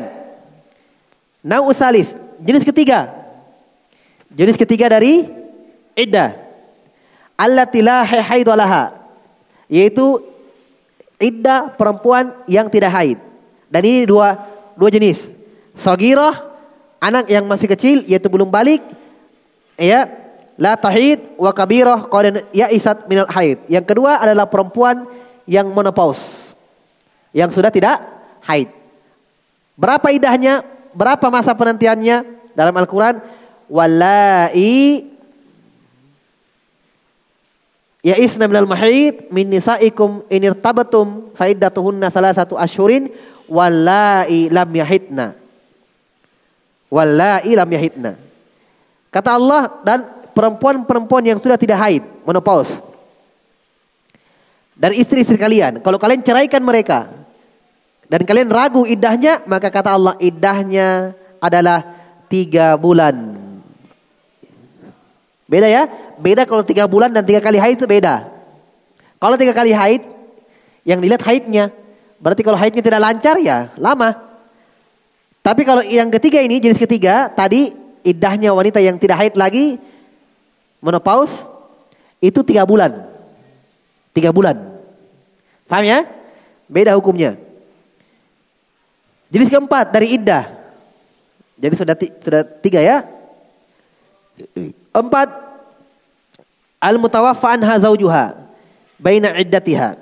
nau salis, jenis ketiga. Jenis ketiga dari iddah. Allati la haid walaha, yaitu iddah perempuan yang tidak haid. Dan ini dua dua jenis. Shagirah, anak yang masih kecil yaitu belum balik, ya, la tahid wa kabirah qad ya'isat minal haid. Yang kedua adalah perempuan yang menopause, yang sudah tidak haid. Berapa iddahnya? Berapa masa penantiannya? Dalam Al-Quran, wallai ya'isna minal mahid min nisaikum in irtabatum fa iddatuhunna salasatu asyhurin wallai lam yahidna. Wallai lam yahidna. Kata Allah, dan perempuan-perempuan yang sudah tidak haid, menopause, dan istri-istri kalian, kalau kalian ceraikan mereka dan kalian ragu iddahnya, maka kata Allah iddahnya adalah tiga bulan. Beda ya? Beda kalau tiga bulan dan tiga kali haid itu beda. Kalau tiga kali haid, yang dilihat haidnya. Berarti kalau haidnya tidak lancar ya lama. Tapi kalau yang ketiga ini, jenis ketiga, tadi iddahnya wanita yang tidak haid lagi, menopause, itu tiga bulan. Tiga bulan. Paham ya? Beda hukumnya. Jenis keempat dari iddah, Jadi sudah sudah tiga ya. Empat, al-mutawaffa anha zaujuha baina iddatiha.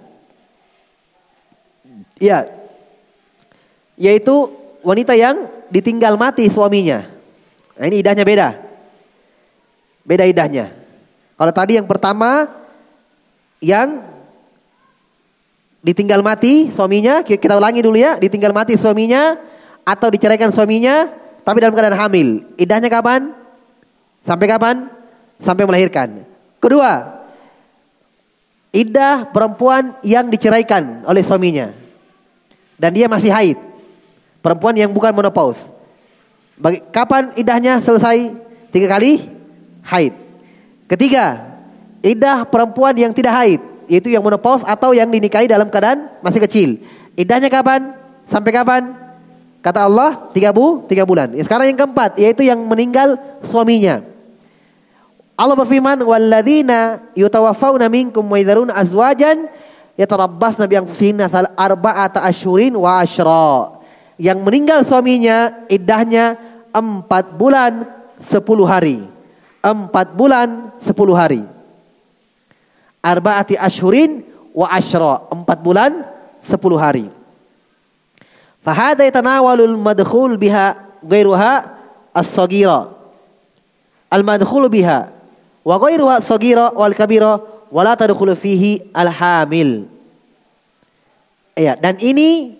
Ya. Yaitu wanita yang ditinggal mati suaminya. Nah, ini idahnya beda. Beda idahnya. Kalau tadi yang pertama yang ditinggal mati suaminya, kita ulangi dulu ya, ditinggal mati suaminya atau diceraikan suaminya tapi dalam keadaan hamil. Idahnya kapan? Sampai kapan? Sampai melahirkan. Kedua, iddah perempuan yang diceraikan oleh suaminya dan dia masih haid. Perempuan yang bukan menopause. Bagi, kapan idahnya selesai? Tiga kali haid. Ketiga, iddah perempuan yang tidak haid, yaitu yang menopause atau yang dinikahi dalam keadaan masih kecil. Idahnya kapan? Sampai kapan? Kata Allah, tiga, bu, tiga bulan. Ya, sekarang yang keempat, yaitu yang meninggal suaminya. Allah berfirman, walladzina yutawaffawna minkum wa yadharuna azwajan yatarabbasna bi anfusihinna arba'ata asyhurin wa asyra. Yang meninggal suaminya iddahnya empat bulan sepuluh hari. Empat bulan sepuluh hari. Arba'ati asyhurin wa asyra. Empat bulan sepuluh hari. Fahada yatanawalul madkhul biha ghairuha as-saghira. Al-madkhul biha wa ghairuha as-saghira wal kabira wa la tadkhulu fihi al-hamil. Ya, dan ini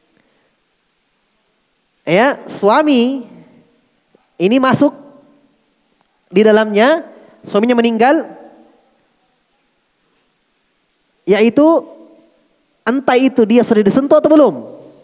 ya, suami ini masuk di dalamnya, suaminya meninggal, yaitu entah itu dia sudah disentuh atau belum.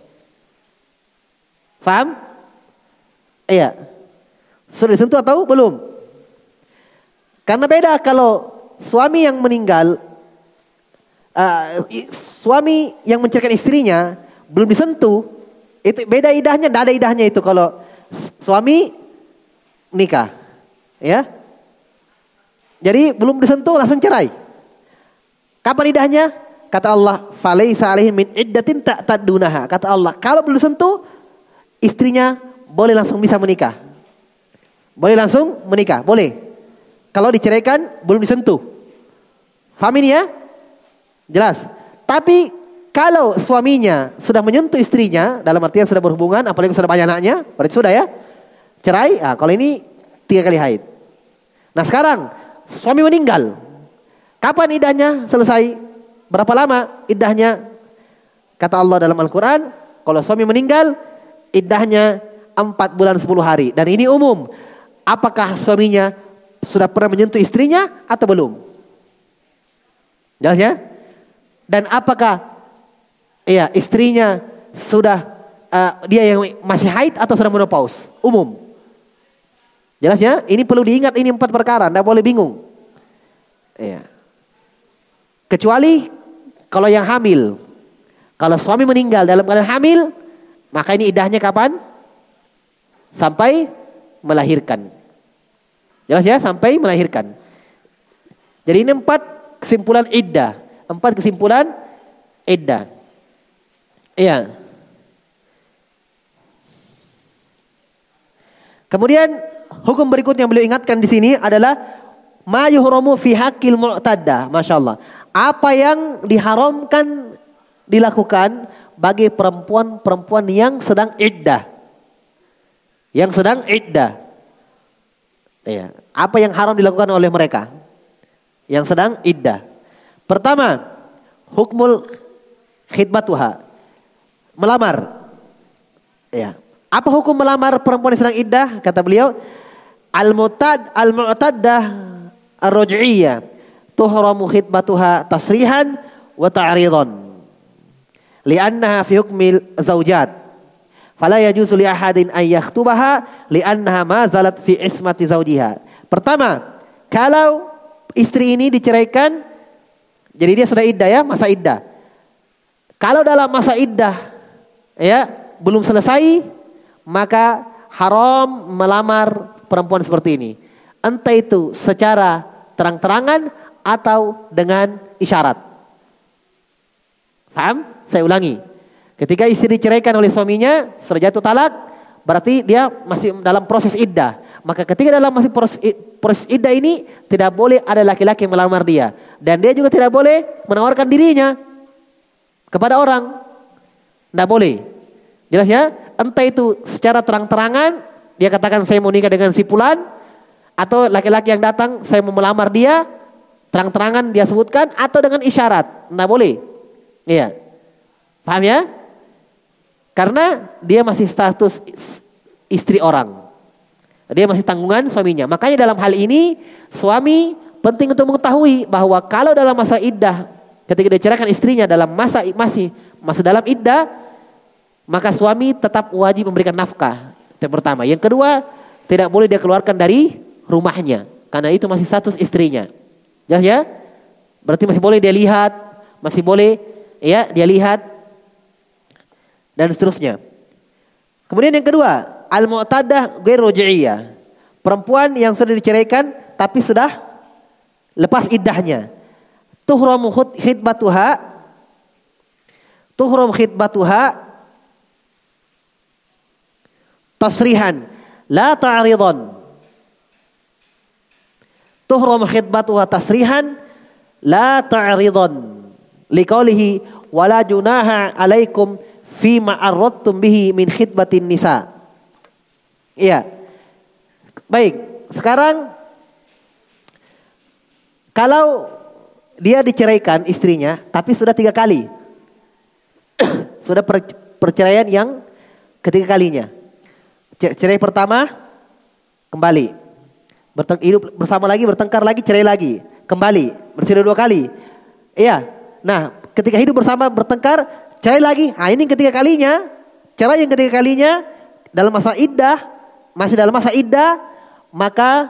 Faham? Iya. Sudah disentuh atau belum? Karena beda kalau suami yang meninggal, uh, suami yang menceraikan istrinya belum disentuh, itu beda idahnya, tidak ada idahnya itu kalau suami nikah, ya. Jadi belum disentuh langsung cerai. Kapan idahnya? Kata Allah, falaisa alaihim min iddatin ta'tadunaha. Kata Allah, kalau belum disentuh, istrinya boleh langsung bisa menikah. Boleh langsung menikah, boleh. Kalau diceraikan belum disentuh. Faham ini ya? Jelas. Tapi kalau suaminya sudah menyentuh istrinya, dalam artian sudah berhubungan, apalagi sudah banyak anaknya, berarti sudah ya, cerai. Nah, kalau ini tiga kali haid. Nah sekarang suami meninggal, kapan idahnya selesai? Berapa lama idahnya? Kata Allah dalam Al-Quran, kalau suami meninggal, idahnya empat bulan sepuluh hari. Dan ini umum. Apakah suaminya sudah pernah menyentuh istrinya atau belum? Jelas ya? Dan apakah iya, istrinya sudah uh, dia yang masih haid atau sudah menopause? Umum. Jelas ya? Ini perlu diingat, ini empat perkara, tidak boleh bingung. Iya. Kecuali kalau yang hamil. Kalau suami meninggal dalam keadaan hamil, maka ini idahnya kapan? Sampai melahirkan. Jelas ya? Sampai melahirkan. Jadi ini empat kesimpulan iddah. Empat kesimpulan iddah. Iya. Kemudian hukum berikutnya yang beliau ingatkan di sini adalah ma yuhramu fi haqqil mu'taddah. Masyaallah. Apa yang diharamkan dilakukan bagi perempuan-perempuan yang sedang iddah. Yang sedang iddah. Iya. Apa yang haram dilakukan oleh mereka yang sedang iddah? Pertama, hukmul khidmatuha. Melamar. Ya. Apa hukum melamar perempuan yang sedang iddah? Kata beliau, al-mutad al-mu'taddah ar-ruj'iyyah tuhramu khidmatuha tasrihan wa ta'ridan. Li'annaha fi hukmil zaujat. Fala yajuzu li ahadin an yakhtubaha li'annaha ma zalat fi ismati zaujiha. Pertama, kalau istri ini diceraikan, jadi dia sudah iddah ya, masa iddah. Kalau dalam masa iddah ya belum selesai, maka haram melamar perempuan seperti ini. Entah itu secara terang-terangan atau dengan isyarat. Paham? Saya ulangi. Ketika istri diceraikan oleh suaminya, sudah jatuh talak, berarti dia masih dalam proses iddah. Maka ketika dalam masih proses, proses iddah ini tidak boleh ada laki-laki yang melamar dia. Dan dia juga tidak boleh menawarkan dirinya kepada orang. Tidak boleh. Jelas ya? Entah itu secara terang-terangan dia katakan saya mau nikah dengan si fulan, atau laki-laki yang datang saya mau melamar dia, terang-terangan dia sebutkan, atau dengan isyarat. Tidak boleh. Iya. Paham ya? Karena dia masih status istri orang. Dia masih tanggungan suaminya. Makanya dalam hal ini suami penting untuk mengetahui bahwa kalau dalam masa iddah, ketika diceraikan istrinya dalam masa masih masih dalam iddah, maka suami tetap wajib memberikan nafkah. Yang pertama. Yang kedua, tidak boleh dia keluarkan dari rumahnya karena itu masih status istrinya. Jelas ya? Berarti masih boleh dia lihat, masih boleh ya dia lihat dan seterusnya. Kemudian yang kedua, al-mu'tadah ghairu raj'iyah. Perempuan yang sudah diceraikan tapi sudah lepas iddahnya. Tuhramu khidbatuha Tuhram khidbatuha tasrihan la ta'ridan. Tuhram khidbatuha tasrihan la ta'ridan. Liqaulihi wala junaha alaikum fima arradtum bihi min khidbatin nisa. Iya. Baik, sekarang kalau dia diceraikan istrinya tapi sudah tiga kali. Sudah per, perceraian yang ketiga kalinya. Cerai pertama kembali. Berteng, hidup bersama lagi, bertengkar lagi, cerai lagi, kembali. Bercerai dua kali. Iya. Nah, ketika hidup bersama bertengkar, cerai lagi. Nah, ini ketiga kalinya. Cerai yang ketiga kalinya dalam masa iddah, masih dalam masa iddah, maka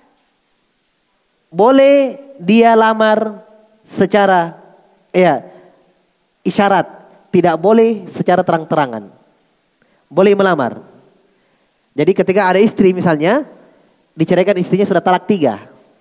boleh dia lamar secara ya isyarat, tidak boleh secara terang-terangan. Boleh melamar. Jadi ketika ada istri misalnya diceraikan istrinya sudah talak tiga,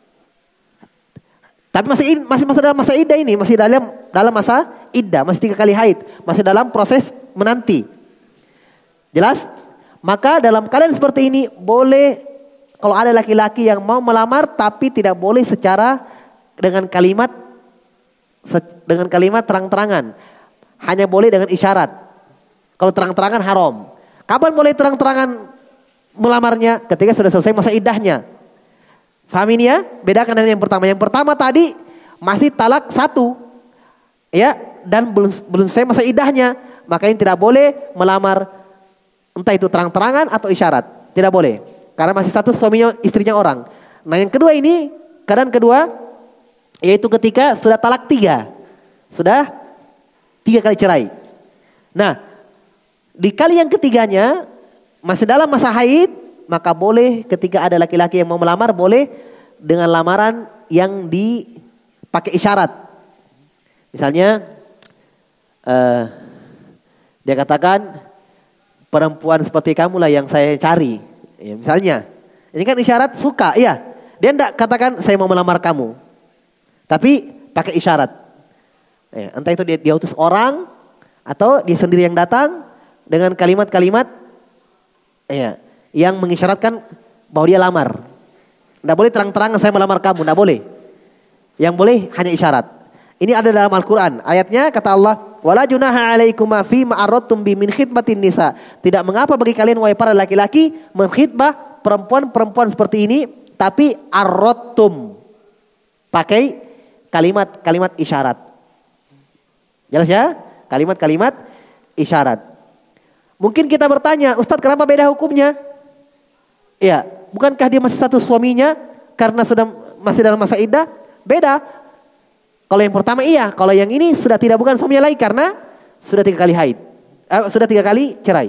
tapi masih masih masih dalam masa iddah ini, masih dalam dalam masa iddah, masih tiga kali haid, masih dalam proses menanti. Jelas? Maka dalam keadaan seperti ini boleh kalau ada laki-laki yang mau melamar tapi tidak boleh secara dengan kalimat dengan kalimat terang-terangan. Hanya boleh dengan isyarat. Kalau terang-terangan haram. Kapan boleh terang-terangan melamarnya? Ketika sudah selesai masa iddahnya. Faham ini ya? Bedakan dengan yang pertama. Yang pertama tadi masih talak satu. Ya, dan belum belum selesai masa iddahnya, maka ini tidak boleh melamar entah itu terang-terangan atau isyarat. Tidak boleh. Karena masih satu suaminya istrinya orang. Nah, yang kedua ini, keadaan kedua yaitu ketika sudah talak tiga. Sudah tiga kali cerai. Nah, di kali yang ketiganya masih dalam masa haid, maka boleh ketika ada laki-laki yang mau melamar, boleh dengan lamaran yang dipakai isyarat. Misalnya uh, dia katakan perempuan seperti kamulah yang saya cari. Ya, misalnya, ini kan isyarat suka, iya. Dia tidak katakan saya mau melamar kamu, tapi pakai isyarat. Ya, entah itu dia, dia utus orang atau dia sendiri yang datang dengan kalimat-kalimat ya, yang mengisyaratkan bahwa dia lamar. Tidak boleh terang-terangan saya melamar kamu, tidak boleh. Yang boleh hanya isyarat. Ini ada dalam Al-Quran. Ayatnya kata Allah, wala junaha alaikuma fi ma aradtum bi min khidmatin nisa. Tidak mengapa bagi kalian wahai para laki-laki mengkhidbah perempuan-perempuan seperti ini, tapi aradtum pakai kalimat-kalimat isyarat. Jelas ya? Kalimat-kalimat isyarat. Mungkin kita bertanya, Ustadz kenapa beda hukumnya? Ya, bukankah dia masih satu suaminya karena sudah masih dalam masa iddah? Beda. Kalau yang pertama iya, kalau yang ini sudah tidak bukan suaminya lagi karena sudah tiga kali haid, eh, sudah tiga kali cerai.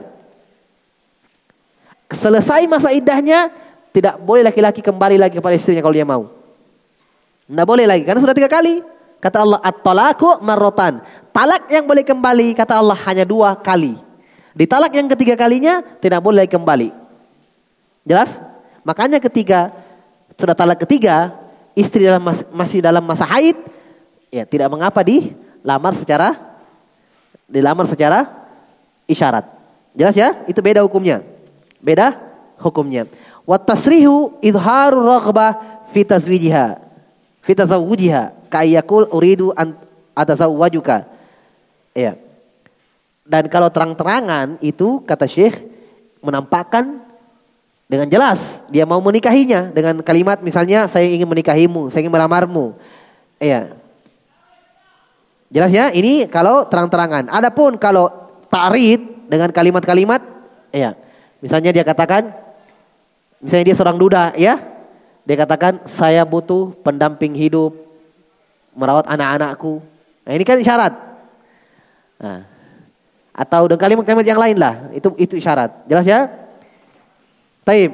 Selesai masa iddahnya, tidak boleh laki-laki kembali lagi kepada istrinya kalau dia mau. Tidak boleh lagi karena sudah tiga kali. Kata Allah, at-talaku marrotan. Talak yang boleh kembali kata Allah hanya dua kali. Di talak yang ketiga kalinya tidak boleh lagi kembali. Jelas? Makanya ketika sudah talak ketiga, istri dalam mas, masih dalam masa haid, ya tidak mengapa dilamar secara dilamar secara isyarat. Jelas ya? Itu beda hukumnya. Beda hukumnya. Wa tasrihu idharur raghbah fi tazwijiha. Fi tazawwujiha ka yaqul uridu an atazawwajuka. Ya. Dan kalau terang-terangan itu kata Syekh menampakkan dengan jelas dia mau menikahinya dengan kalimat misalnya saya ingin menikahimu, saya ingin melamarmu. Iya. Jelas ya? Ini kalau terang-terangan. Adapun kalau ta'rid dengan kalimat-kalimat, iya. Misalnya dia katakan, misalnya dia seorang duda, ya. Dia katakan saya butuh pendamping hidup, merawat anak-anakku. Nah, ini kan isyarat. Nah. Atau dengan kalimat-kalimat yang lain lah, itu itu isyarat. Jelas ya? Taib.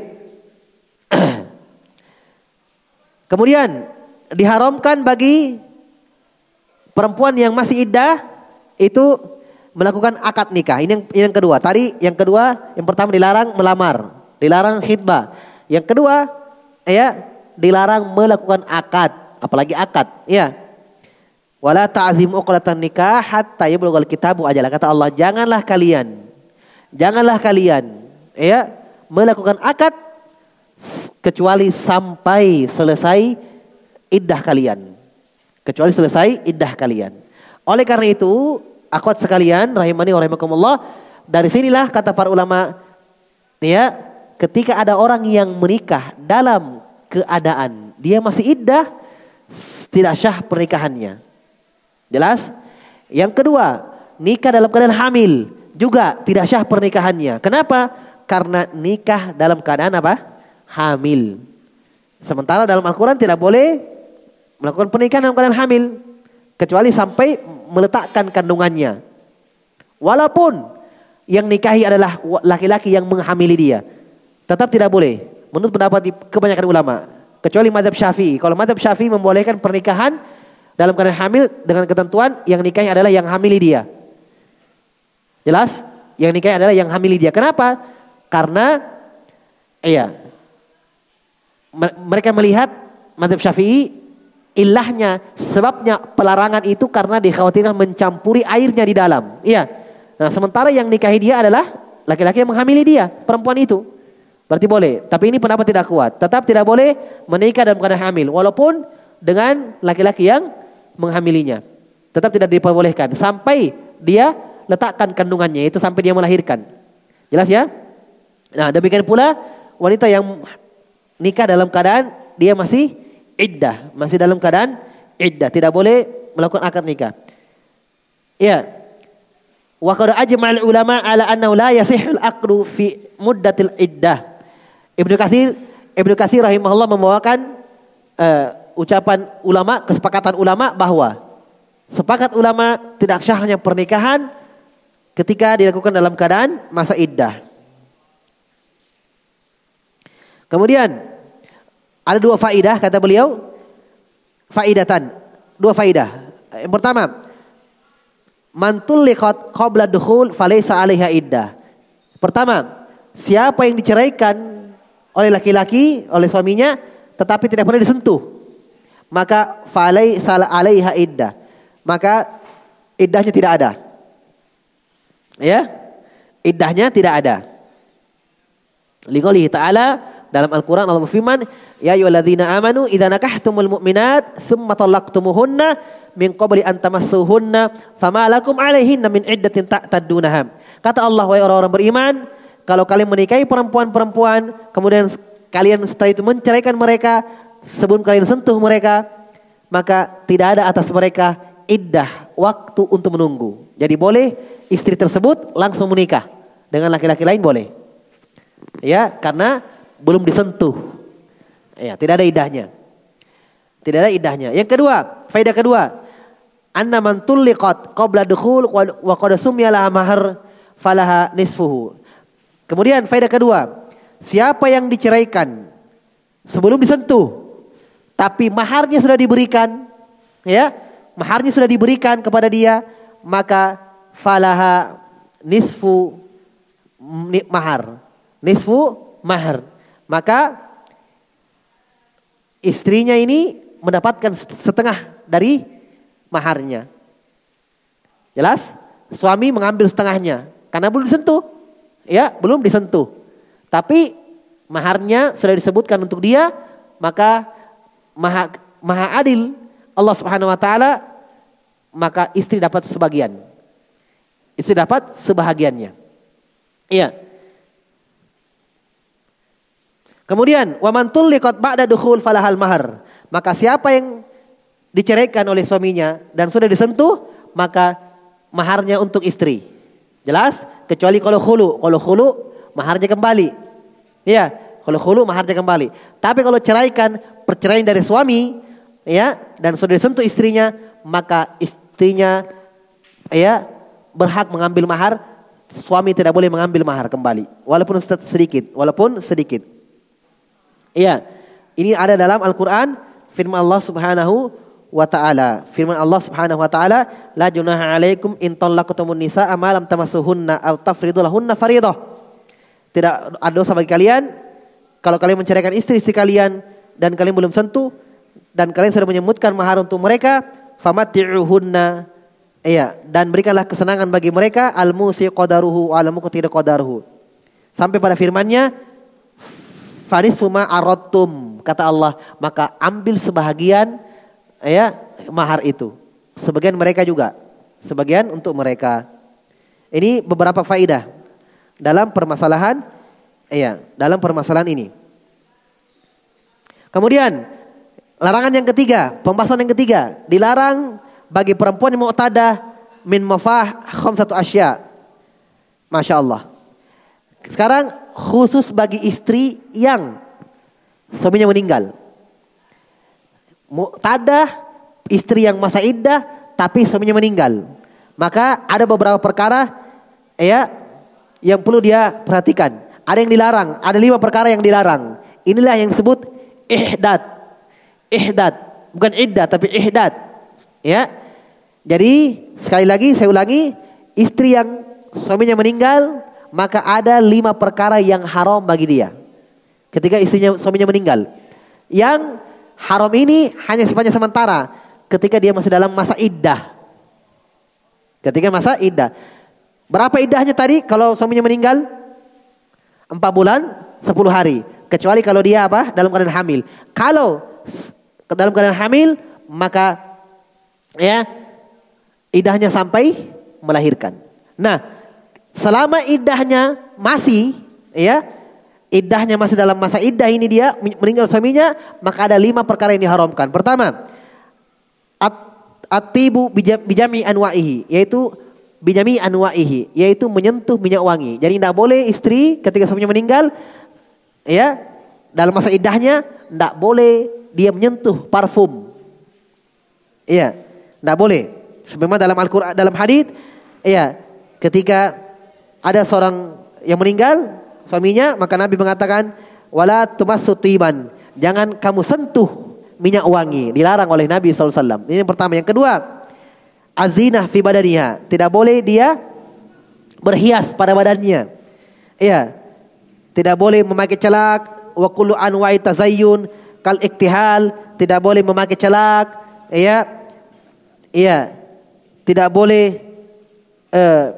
Kemudian diharamkan bagi perempuan yang masih iddah itu melakukan akad nikah. Ini yang, ini yang kedua. Tadi yang kedua, yang pertama dilarang melamar, dilarang khitbah. Yang kedua, ya, dilarang melakukan akad, apalagi akad, ya. Wala ta'zimu uqdatan nikah hatta yablughal kitabu ajalah. Kata Allah, janganlah kalian, janganlah kalian, ya, melakukan akad kecuali sampai selesai iddah kalian. Kecuali selesai iddah kalian. Oleh karena itu, akhwat sekalian rahimani wa rahimakumullah, dari sinilah kata para ulama, ya, ketika ada orang yang menikah dalam keadaan dia masih iddah, tidak syah pernikahannya. Jelas? Yang kedua, nikah dalam keadaan hamil juga tidak syah pernikahannya. Kenapa? Karena nikah dalam keadaan apa? Hamil. Sementara dalam Al-Quran tidak boleh melakukan pernikahan dalam keadaan hamil kecuali sampai meletakkan kandungannya. Walaupun yang nikahi adalah laki-laki yang menghamili dia, tetap tidak boleh menurut pendapat kebanyakan ulama, kecuali mazhab Syafi'i. Kalau mazhab Syafi'i membolehkan pernikahan dalam keadaan hamil dengan ketentuan yang nikahi adalah yang hamili dia. Jelas? Yang nikahi adalah yang hamili dia. Kenapa? Karena iya, mereka melihat mazhab Syafi'i, ilahnya, sebabnya pelarangan itu karena dikhawatirkan mencampuri airnya di dalam. Iya. Nah, sementara yang nikahi dia adalah laki-laki yang menghamili dia, perempuan itu. Berarti boleh. Tapi ini pendapat tidak kuat. Tetap tidak boleh menikah dalam keadaan hamil, walaupun dengan laki-laki yang menghamilinya. Tetap tidak diperbolehkan sampai dia letakkan kandungannya, itu sampai dia melahirkan. Jelas ya? Nah, demikian pula wanita yang nikah dalam keadaan dia masih iddah, masih dalam keadaan iddah, tidak boleh melakukan akad nikah. Ya. Wa qad ajma'al ulama ala annahu la yasihul aqdu fi muddatil iddah. Ibnu Katsir Ibnu Katsir rahimahullah membawakan uh, ucapan ulama, kesepakatan ulama bahwa sepakat ulama tidak syahnya pernikahan ketika dilakukan dalam keadaan masa iddah. Kemudian ada dua faidah kata beliau, faidatan, dua faidah. Yang pertama, man tulliqat qabla dukhul falaysa 'alaiha iddah. Pertama, siapa yang diceraikan oleh laki-laki, oleh suaminya, tetapi tidak pernah disentuh, maka falaysa 'alaiha iddah. Maka iddahnya tidak ada. Ya? Iddahnya tidak ada. Liqoulihi ta'ala, dalam Al-Quran Allah berfirman, ya ayyuhalladzina amanu idza nakahtumul mu'minat tsumma talaqtumuhunna min qabli an tamassuhunna fama lakum 'alaihinna min iddatin ta'taddunaha. Kata Allah, wahai orang-orang beriman, kalau kalian menikahi perempuan-perempuan kemudian kalian setelah itu menceraikan mereka sebelum kalian sentuh mereka, maka tidak ada atas mereka iddah, waktu untuk menunggu. Jadi boleh istri tersebut langsung menikah dengan laki-laki lain, boleh. Ya, karena belum disentuh. Ya, tidak ada iddahnya. Tidak ada iddahnya. Yang kedua, faedah kedua, anna man tulliqat qabla dukhul wa qad summiya laha mahar falaha nisfuhu. Kemudian faedah kedua, siapa yang diceraikan sebelum disentuh tapi maharnya sudah diberikan, ya, maharnya sudah diberikan kepada dia, maka falaha nisfu mahar. Nisfu mahar. Maka istrinya ini mendapatkan setengah dari maharnya. Jelas? Suami mengambil setengahnya karena belum disentuh. Ya, belum disentuh. Tapi maharnya sudah disebutkan untuk dia, maka maha, maha adil Allah Subhanahu wa taala, maka istri dapat sebagian. Istri dapat sebahagiannya. Iya. Kemudian wa man tulliqat ba'da dukhul falahal mahar. Maka siapa yang diceraikan oleh suaminya dan sudah disentuh, maka maharnya untuk istri. Jelas? Kecuali kalau khulu. Kalau khulu maharnya kembali. Iya, kalau khulu maharnya kembali. Tapi kalau ceraikan, perceraian dari suami, ya, dan sudah disentuh istrinya, maka istrinya ya berhak mengambil mahar. Suami tidak boleh mengambil mahar kembali, walaupun sedikit, walaupun sedikit. Iya, ini ada dalam Al-Quran, firman Allah Subhanahu wa ta'ala. Firman Allah Subhanahu wa ta'ala, la junaha alaikum in talaqtumun nisaa ma lam tamassuhunna aw tafridu lahunna fariidah. Tidak ada dosa bagi kalian kalau kalian menceraikan istri-istri kalian dan kalian belum sentuh dan kalian sudah menyebutkan mahar untuk mereka, famatti'uhunna, iya, dan berikanlah kesenangan bagi mereka, al-musi qadaruhu wa al-muqtir qadaruhu. Sampai pada firman-Nya, fanisfu ma aradtum, kata Allah, maka ambil sebahagian ya mahar itu. Sebagian mereka juga, sebagian untuk mereka. Ini beberapa faidah dalam permasalahan ya, dalam permasalahan ini. Kemudian larangan yang ketiga, pembahasan yang ketiga, dilarang bagi perempuan yang mu'tadah min mafah khamsatu asya. Masya Allah. Sekarang khusus bagi istri yang suaminya meninggal. Mu'tadah, istri yang masa iddah tapi suaminya meninggal. Maka ada beberapa perkara ya yang perlu dia perhatikan. Ada yang dilarang, ada lima perkara yang dilarang. Inilah yang disebut ihdad. Ihdad, bukan iddah tapi ihdad. Ya. Jadi sekali lagi saya ulangi, istri yang suaminya meninggal, maka ada lima perkara yang haram bagi dia ketika istrinya suaminya meninggal. Yang haram ini hanya sifatnya sementara, ketika dia masih dalam masa iddah. Ketika masa iddah. Berapa iddahnya tadi kalau suaminya meninggal? Empat bulan, sepuluh hari. Kecuali kalau dia apa? Dalam keadaan hamil. Kalau dalam keadaan hamil, maka ya iddahnya sampai melahirkan. Nah, selama iddahnya masih ya, iddahnya masih dalam masa iddah ini dia meninggal suaminya, maka ada lima perkara yang diharamkan. Pertama, at-tibu bijami anwa'ihi, yaitu bijami anwa'ihi, yaitu menyentuh minyak wangi. Jadi tidak boleh istri ketika suaminya meninggal ya, dalam masa iddahnya tidak boleh dia menyentuh parfum. Iya, tidak boleh. Memang dalam Al-Qur'an, dalam hadis, iya, ketika ada seorang yang meninggal suaminya, maka Nabi mengatakan wala tumassu tiban, jangan kamu sentuh minyak wangi, dilarang oleh Nabi sallallahu alaihi wasallam. Ini yang pertama. Yang kedua, azinah fi badaniha, tidak boleh dia berhias pada badannya. Iya, tidak boleh memakai celak, wa kullu anwa'i tazayyun kal iktihal, tidak boleh memakai celak, iya. Iya, tidak boleh uh,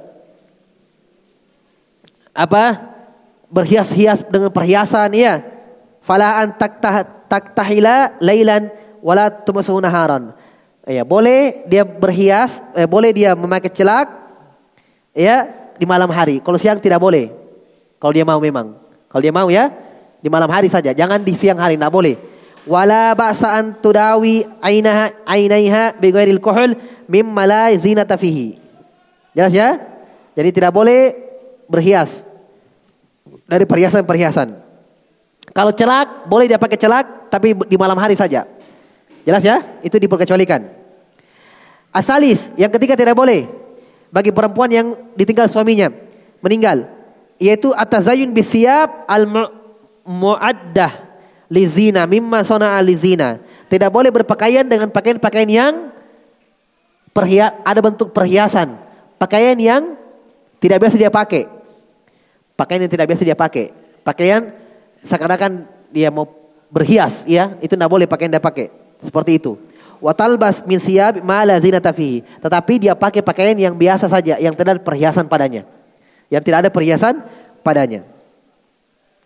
apa? berhias-hias dengan perhiasan, ya. Fala an taktah taktahila lailan wala tumasuhu naharan. Ya, boleh dia berhias, eh, boleh dia memakai celak ya di malam hari. Kalau siang tidak boleh. Kalau dia mau memang. Kalau dia mau ya di malam hari saja, jangan di siang hari, tidak boleh. Wala ba'sa an tudawi ainaha ainaiha bi ghairil kuhul mimma la zinata fihi. Jelas ya? Jadi tidak boleh berhias dari perhiasan-perhiasan. Kalau celak, boleh dia pakai celak, tapi di malam hari saja. Jelas ya? Itu diperkecualikan. Asalis, yang ketiga tidak boleh bagi perempuan yang ditinggal suaminya meninggal, yaitu atazayyun bisiyab al-mu'addah lizina mimma sana'a lizina. Tidak boleh berpakaian dengan pakaian-pakaian yang perhia- ada bentuk perhiasan, pakaian yang tidak biasa dia pakai. Pakaian yang tidak biasa dia pakai. Pakaian seakan-akan dia mau berhias, ya, itu tidak boleh pakaian dia pakai. Seperti itu. Wa talbas min thiyab ma la zinata fihi. Tetapi dia pakai pakaian yang biasa saja, yang tidak ada perhiasan padanya. Yang tidak ada perhiasan padanya.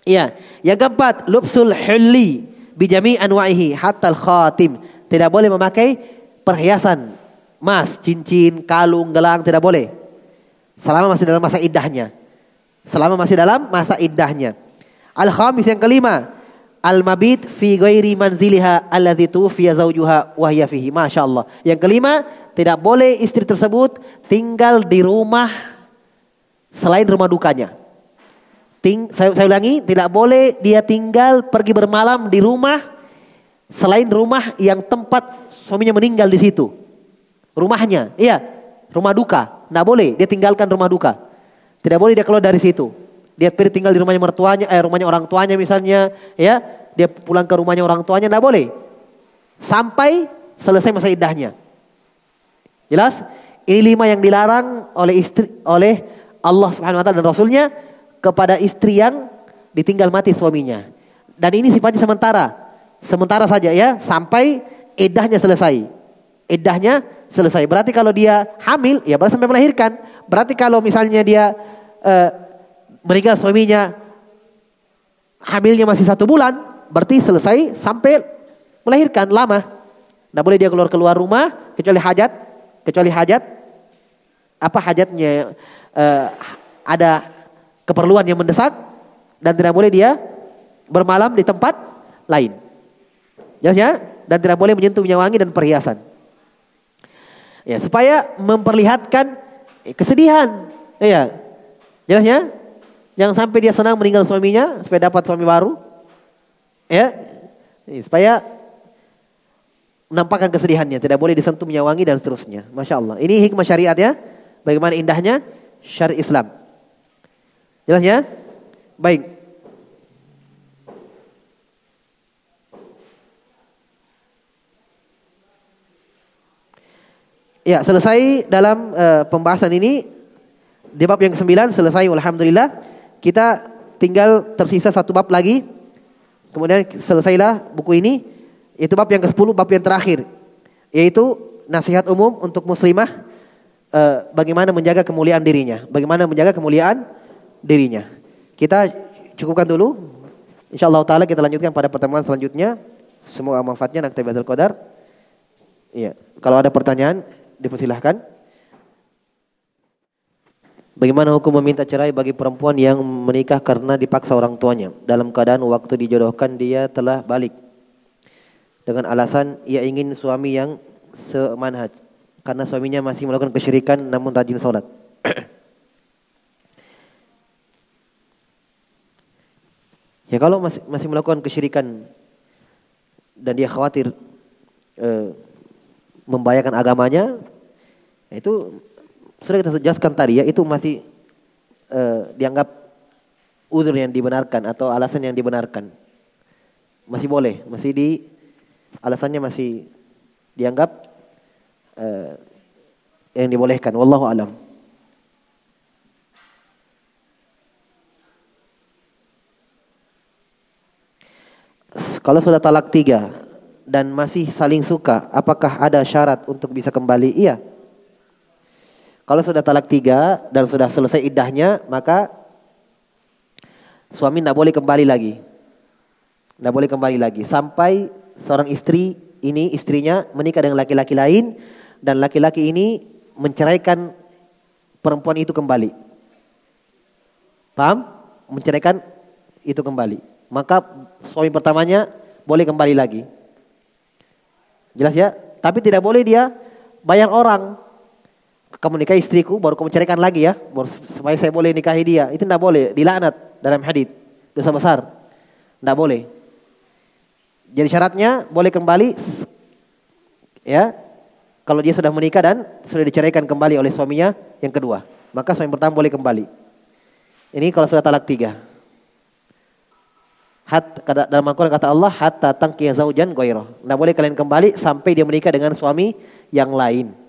Iya. Yang keempat, lubsul hulli bijami anwa'ihi hatta al-khatim. Tidak boleh memakai perhiasan emas, cincin, kalung, gelang, tidak boleh. Selama masih dalam masa iddahnya. Selama masih dalam masa iddahnya. Al-khamis yang kelima, al-mabit fi ghairi manziliha alladhi tufiya zawjuha wa hiya fihi. Masyaallah. Yang kelima, tidak boleh istri tersebut tinggal di rumah selain rumah dukanya. Ting, saya, saya ulangi, tidak boleh dia tinggal pergi bermalam di rumah selain rumah yang tempat suaminya meninggal di situ. Rumahnya, iya, rumah duka. Tidak boleh dia tinggalkan rumah duka. Tidak boleh dia keluar dari situ. Dia pergi tinggal di rumahnya mertuanya, eh rumahnya orang tuanya misalnya, ya. Dia pulang ke rumahnya orang tuanya, tidak boleh. Sampai selesai masa iddahnya. Jelas? Ini lima yang dilarang oleh istri, oleh Allah Subhanahu Wa Taala dan Rasulnya kepada istri yang ditinggal mati suaminya. Dan ini sifatnya sementara. Sementara saja ya, sampai iddahnya selesai. Iddahnya selesai. Berarti kalau dia hamil, ya berarti sampai melahirkan. Berarti kalau misalnya dia uh, meninggal suaminya, hamilnya masih satu bulan, berarti selesai sampai melahirkan, lama. Tidak boleh dia keluar-keluar rumah, kecuali hajat. Kecuali hajat. Apa hajatnya? Uh, ada keperluan yang mendesak. Dan tidak boleh dia bermalam di tempat lain. Jelas ya? Dan tidak boleh menyentuh minyak wangi dan perhiasan. Ya, supaya memperlihatkan kesedihan. Iya. Jelas ya? Jangan sampai dia senang meninggal suaminya supaya dapat suami baru. Ya. Supaya menampakkan kesedihannya, tidak boleh disentuh minyak wangi dan seterusnya. Masya Allah. Ini hikmah syariat ya. Bagaimana indahnya syariat Islam. Jelas ya? Baik. Ya, selesai dalam uh, pembahasan ini di bab yang kesembilan selesai, alhamdulillah. Kita tinggal tersisa satu bab lagi. Kemudian selesailah buku ini. Itu bab yang kesepuluh, bab yang terakhir, yaitu nasihat umum untuk muslimah, uh, bagaimana menjaga kemuliaan dirinya, bagaimana menjaga kemuliaan dirinya. Kita cukupkan dulu. Insyaallah taala kita lanjutkan pada pertemuan selanjutnya. Semoga manfaatnya. Naktabiatul qadar. Iya, kalau ada pertanyaan dipersilahkan. Bagaimana hukum meminta cerai bagi perempuan yang menikah karena dipaksa orang tuanya dalam keadaan waktu dijodohkan dia telah balik dengan alasan ia ingin suami yang semanhaj karena suaminya masih melakukan kesyirikan namun rajin sholat. Ya, kalau masih, masih melakukan kesyirikan dan dia khawatir eh, membahayakan agamanya, itu sudah kita jelaskan tadi ya, itu masih uh, dianggap uzur yang dibenarkan atau alasan yang dibenarkan. Masih boleh, masih di alasannya masih dianggap uh, yang dibolehkan. Wallahu alam. Kalau sudah talak tiga dan masih saling suka, apakah ada syarat untuk bisa kembali? Iya. Kalau sudah talak tiga dan sudah selesai iddahnya, maka suami tidak boleh kembali lagi. Tidak boleh kembali lagi. Sampai seorang istri ini, istrinya menikah dengan laki-laki lain, dan laki-laki ini menceraikan perempuan itu kembali. Paham? Menceraikan itu kembali. Maka suami pertamanya boleh kembali lagi. Jelas ya? Tapi tidak boleh dia bayar orang. Kamu nikahi istriku, baru kamu ceraikan lagi ya, baru supaya saya boleh nikahi dia. Itu tidak boleh, dilaknat dalam hadits, dosa besar. Tidak boleh. Jadi syaratnya boleh kembali, ya, kalau dia sudah menikah dan sudah diceraikan kembali oleh suaminya yang kedua, maka suami pertama boleh kembali. Ini kalau sudah talak tiga. Hat, dalam Al-Quran kata Allah, hatta tangkiya zaujan ghairah. Tidak boleh kalian kembali sampai dia menikah dengan suami yang lain.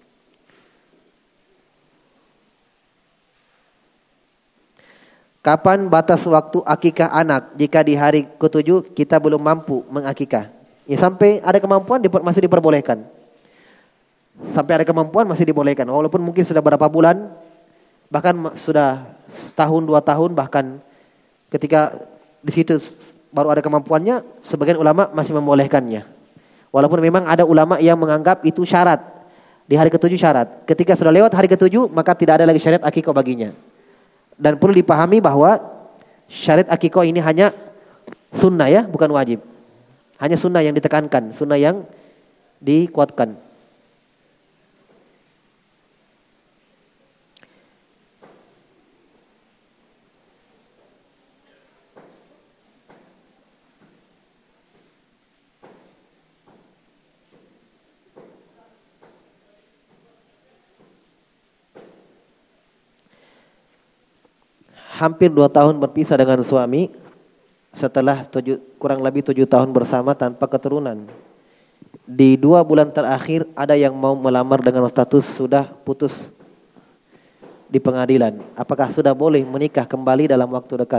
Kapan batas waktu akikah anak jika di hari ketujuh kita belum mampu mengakikah? Ya, sampai ada kemampuan masih diperbolehkan. Sampai ada kemampuan masih dibolehkan. Walaupun mungkin sudah berapa bulan, bahkan sudah setahun dua tahun, bahkan ketika di situ baru ada kemampuannya, sebagian ulama masih membolehkannya. Walaupun memang ada ulama yang menganggap itu syarat. Di hari ketujuh syarat. Ketika sudah lewat hari ketujuh, maka tidak ada lagi syariat akikah baginya. Dan perlu dipahami bahwa syariat akikah ini hanya sunnah ya, bukan wajib. Hanya sunnah yang ditekankan, sunnah yang dikuatkan. Hampir dua tahun berpisah dengan suami, setelah tujuh, kurang lebih tujuh tahun bersama tanpa keturunan. Di dua bulan terakhir ada yang mau melamar dengan status sudah putus di pengadilan. Apakah sudah boleh menikah kembali dalam waktu dekat?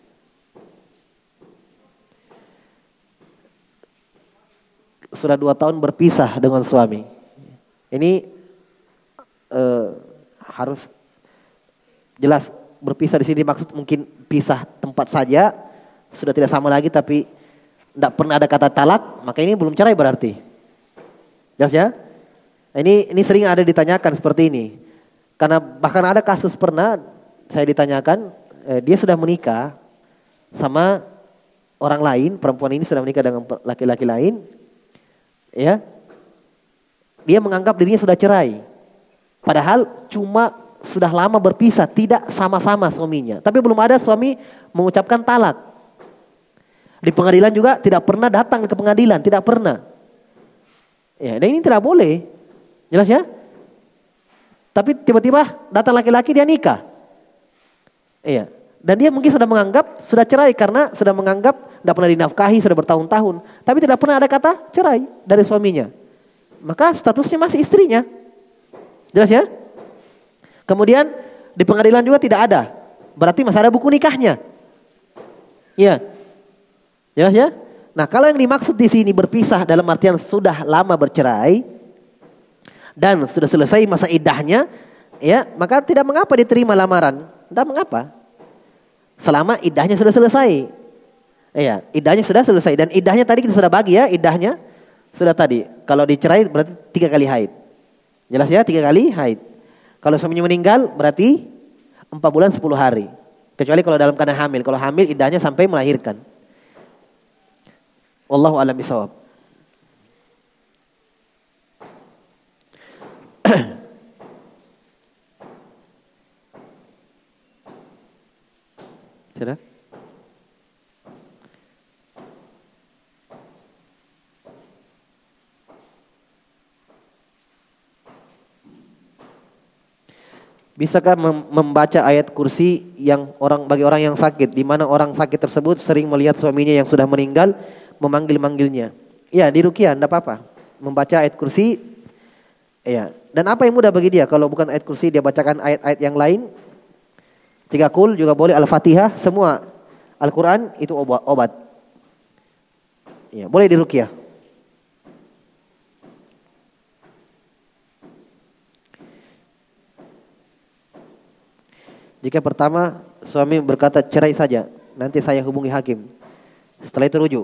Sudah dua tahun berpisah dengan suami. Ini eh, harus jelas. Berpisah di sini maksud mungkin pisah tempat saja, sudah tidak sama lagi tapi tidak pernah ada kata talak, maka ini belum cerai berarti. Jelas ya? Ini ini sering ada ditanyakan seperti ini. Karena bahkan ada kasus pernah saya ditanyakan, eh, dia sudah menikah sama orang lain, perempuan ini sudah menikah dengan laki-laki lain, ya. Dia menganggap dirinya sudah cerai. Padahal cuma sudah lama berpisah, tidak sama-sama suaminya. Tapi belum ada suami mengucapkan talak. Di pengadilan juga tidak pernah datang ke pengadilan, tidak pernah. Ya, dan ini tidak boleh. Jelas ya? Tapi tiba-tiba datang laki-laki dia nikah. Iya. Dan dia mungkin sudah menganggap sudah cerai karena sudah menganggap tidak pernah dinafkahi sudah bertahun-tahun. Tapi tidak pernah ada kata cerai dari suaminya. Maka statusnya masih istrinya. Jelas ya? Kemudian di pengadilan juga tidak ada. Berarti masih ada buku nikahnya. Iya. Jelas ya? Nah, kalau yang dimaksud di sini berpisah dalam artian sudah lama bercerai dan sudah selesai masa iddahnya, ya, maka tidak mengapa diterima lamaran. Tidak mengapa. Selama iddahnya sudah selesai. Iya, iddahnya sudah selesai dan iddahnya tadi kita sudah bagi ya, iddahnya sudah tadi. Kalau dicerai berarti tiga kali haid. Jelas ya, tiga kali haid. Kalau suaminya meninggal berarti empat bulan sepuluh hari. Kecuali kalau dalam keadaan hamil. Kalau hamil iddahnya sampai melahirkan. Wallahu a'lam bishawab. Sudah? Bisakah membaca ayat kursi yang orang bagi orang yang sakit, di mana orang sakit tersebut sering melihat suaminya yang sudah meninggal memanggil-manggilnya? Ya, di ruqyah enggak apa-apa. Membaca ayat kursi, ya. Dan apa yang mudah bagi dia? Kalau bukan ayat kursi dia bacakan ayat-ayat yang lain. Tiga kul juga boleh, Al-Fatihah, semua Al-Quran itu obat. obat. Ya, boleh di ruqyah. Jika pertama suami berkata cerai saja, nanti saya hubungi hakim. Setelah itu rujuk.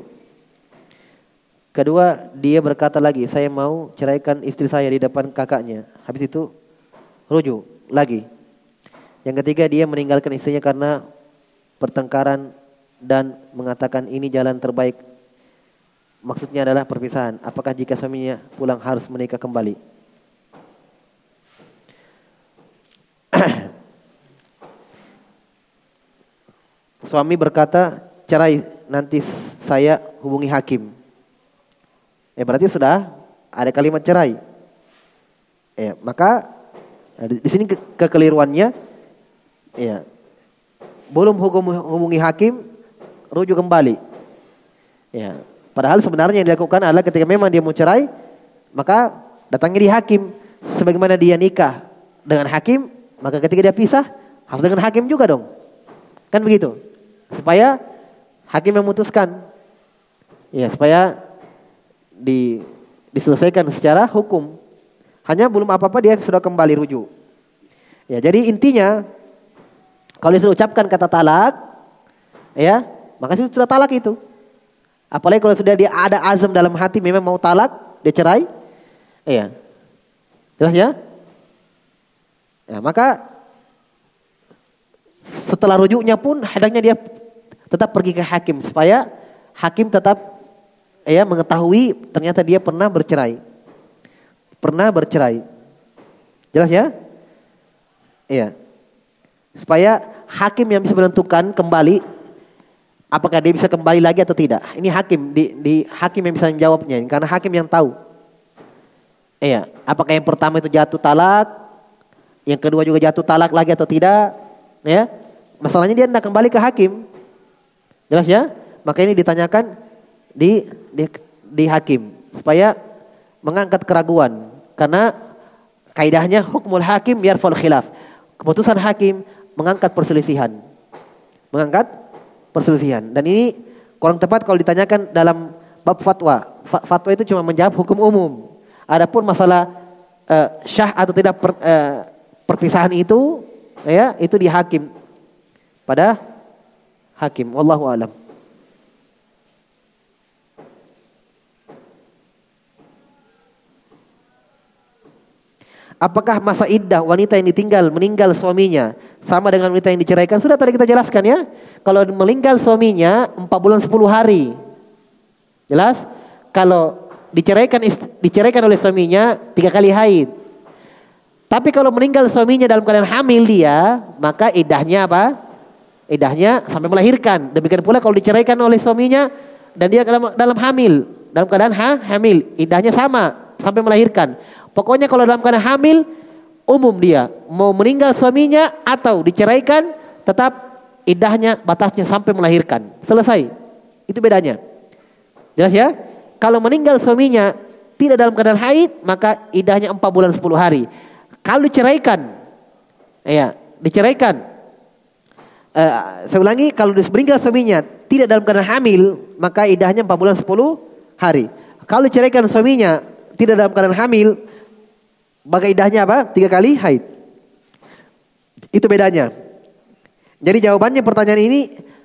Kedua, dia berkata lagi, saya mau ceraikan istri saya di depan kakaknya. Habis itu rujuk lagi. Yang ketiga, dia meninggalkan istrinya karena pertengkaran dan mengatakan ini jalan terbaik. Maksudnya adalah perpisahan. Apakah jika suaminya pulang harus menikah kembali? Suami berkata cerai, nanti saya hubungi hakim. Ya berarti sudah ada kalimat cerai. Ya, maka di sini ke kekeliruannya, ya, belum hubungi hakim, rujuk kembali. Ya, padahal sebenarnya yang dilakukan adalah ketika memang dia mau cerai, maka datangi di hakim. Sebagaimana dia nikah dengan hakim, maka ketika dia pisah harus dengan hakim juga dong. Kan begitu. Supaya hakim memutuskan. Ya, supaya di, diselesaikan secara hukum. Hanya belum apa-apa dia sudah kembali rujuk. Ya, jadi intinya kalau dia sudah ucapkan kata talak, ya, maka itu sudah talak itu. Apalagi kalau sudah dia ada azam dalam hati memang mau talak, dia cerai. Iya. Jelas ya? Ya, maka setelah rujuknya pun hendaknya dia tetap pergi ke hakim supaya hakim tetap ya mengetahui ternyata dia pernah bercerai. Pernah bercerai. Jelas ya? Iya. Supaya hakim yang bisa menentukan kembali apakah dia bisa kembali lagi atau tidak. Ini hakim di, di hakim yang bisa menjawabnya karena hakim yang tahu. Iya, apakah yang pertama itu jatuh talak, yang kedua juga jatuh talak lagi atau tidak, ya. Masalahnya dia hendak kembali ke hakim. Jelas ya? Maka ini ditanyakan di di, di hakim supaya mengangkat keraguan karena kaidahnya hukmul hakim yarfa'ul khilaf. Keputusan hakim mengangkat perselisihan. Mengangkat perselisihan. Dan ini kurang tepat kalau ditanyakan dalam bab fatwa. Fatwa itu cuma menjawab hukum umum. Adapun masalah uh, syah atau tidak per, uh, perpisahan itu, ya itu di hakim. Pada hakim. Wallahu a'lam. Apakah masa iddah wanita yang ditinggal meninggal suaminya sama dengan wanita yang diceraikan? Sudah tadi kita jelaskan ya. Kalau meninggal suaminya empat bulan sepuluh hari. Jelas? Kalau diceraikan diceraikan oleh suaminya tiga kali haid. Tapi kalau meninggal suaminya dalam keadaan hamil dia, maka iddahnya apa? Iddahnya sampai melahirkan. Demikian pula kalau diceraikan oleh suaminya dan dia dalam, dalam hamil, dalam keadaan ha, hamil, iddahnya sama sampai melahirkan. Pokoknya kalau dalam keadaan hamil, umum dia mau meninggal suaminya atau diceraikan, tetap iddahnya batasnya sampai melahirkan. Selesai. Itu bedanya. Jelas ya? Kalau meninggal suaminya tidak dalam keadaan haid, maka iddahnya empat bulan sepuluh hari. Kalau diceraikan, ya diceraikan. Uh, saya ulangi, kalau meninggal suaminya tidak dalam keadaan hamil, maka iddahnya empat bulan sepuluh hari. Kalau diceraikan suaminya tidak dalam keadaan hamil, maka iddahnya apa? Tiga kali haid. Itu bedanya. Jadi jawabannya pertanyaan ini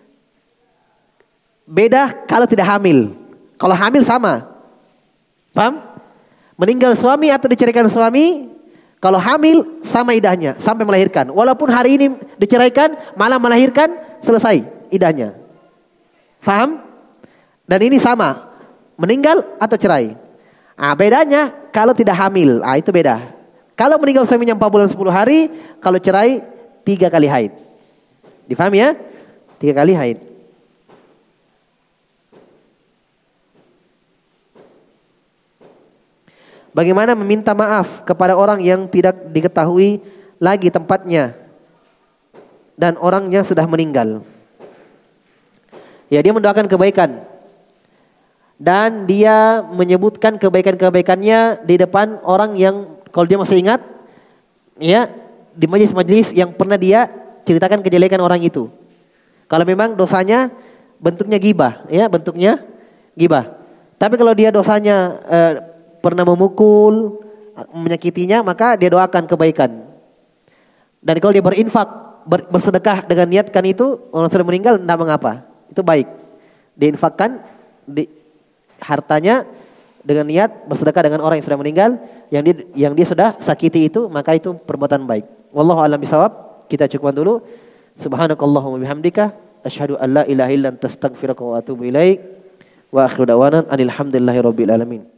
beda kalau tidak hamil. Kalau hamil sama. Paham? Meninggal suami atau diceraikan suami, kalau hamil sama iddahnya sampai melahirkan. Walaupun hari ini diceraikan, malam melahirkan, selesai iddahnya. Paham? Dan ini sama. Meninggal atau cerai. Ah, bedanya kalau tidak hamil, ah itu beda. Kalau meninggal suaminya empat bulan sepuluh hari, kalau cerai tiga kali haid. Difahami ya? Tiga kali haid. Bagaimana meminta maaf kepada orang yang tidak diketahui lagi tempatnya dan orangnya sudah meninggal? Ya, dia mendoakan kebaikan. Dan dia menyebutkan kebaikan-kebaikannya di depan orang yang kalau dia masih ingat, ya di majelis-majelis yang pernah dia ceritakan kejelekan orang itu. Kalau memang dosanya bentuknya gibah, ya bentuknya gibah. Tapi kalau dia dosanya eh, pernah memukul, menyakitinya, maka dia doakan kebaikan. Dan kalau dia berinfak, ber, bersedekah dengan niatkan itu, orang sudah meninggal, tidak mengapa. Itu baik. Diinfakkan di hartanya dengan niat bersedekah dengan orang yang sudah meninggal, yang dia, yang dia sudah sakiti itu, maka itu perbuatan baik. Wallahu a'lam bishawab. Kita cukupkan dulu. Subhanakallahumma bihamdika asyhadu an la ilaha illa anta astaghfiruka wa atubu ilaik. Wa akhiru da'wana alhamdulillahi rabbil alamin.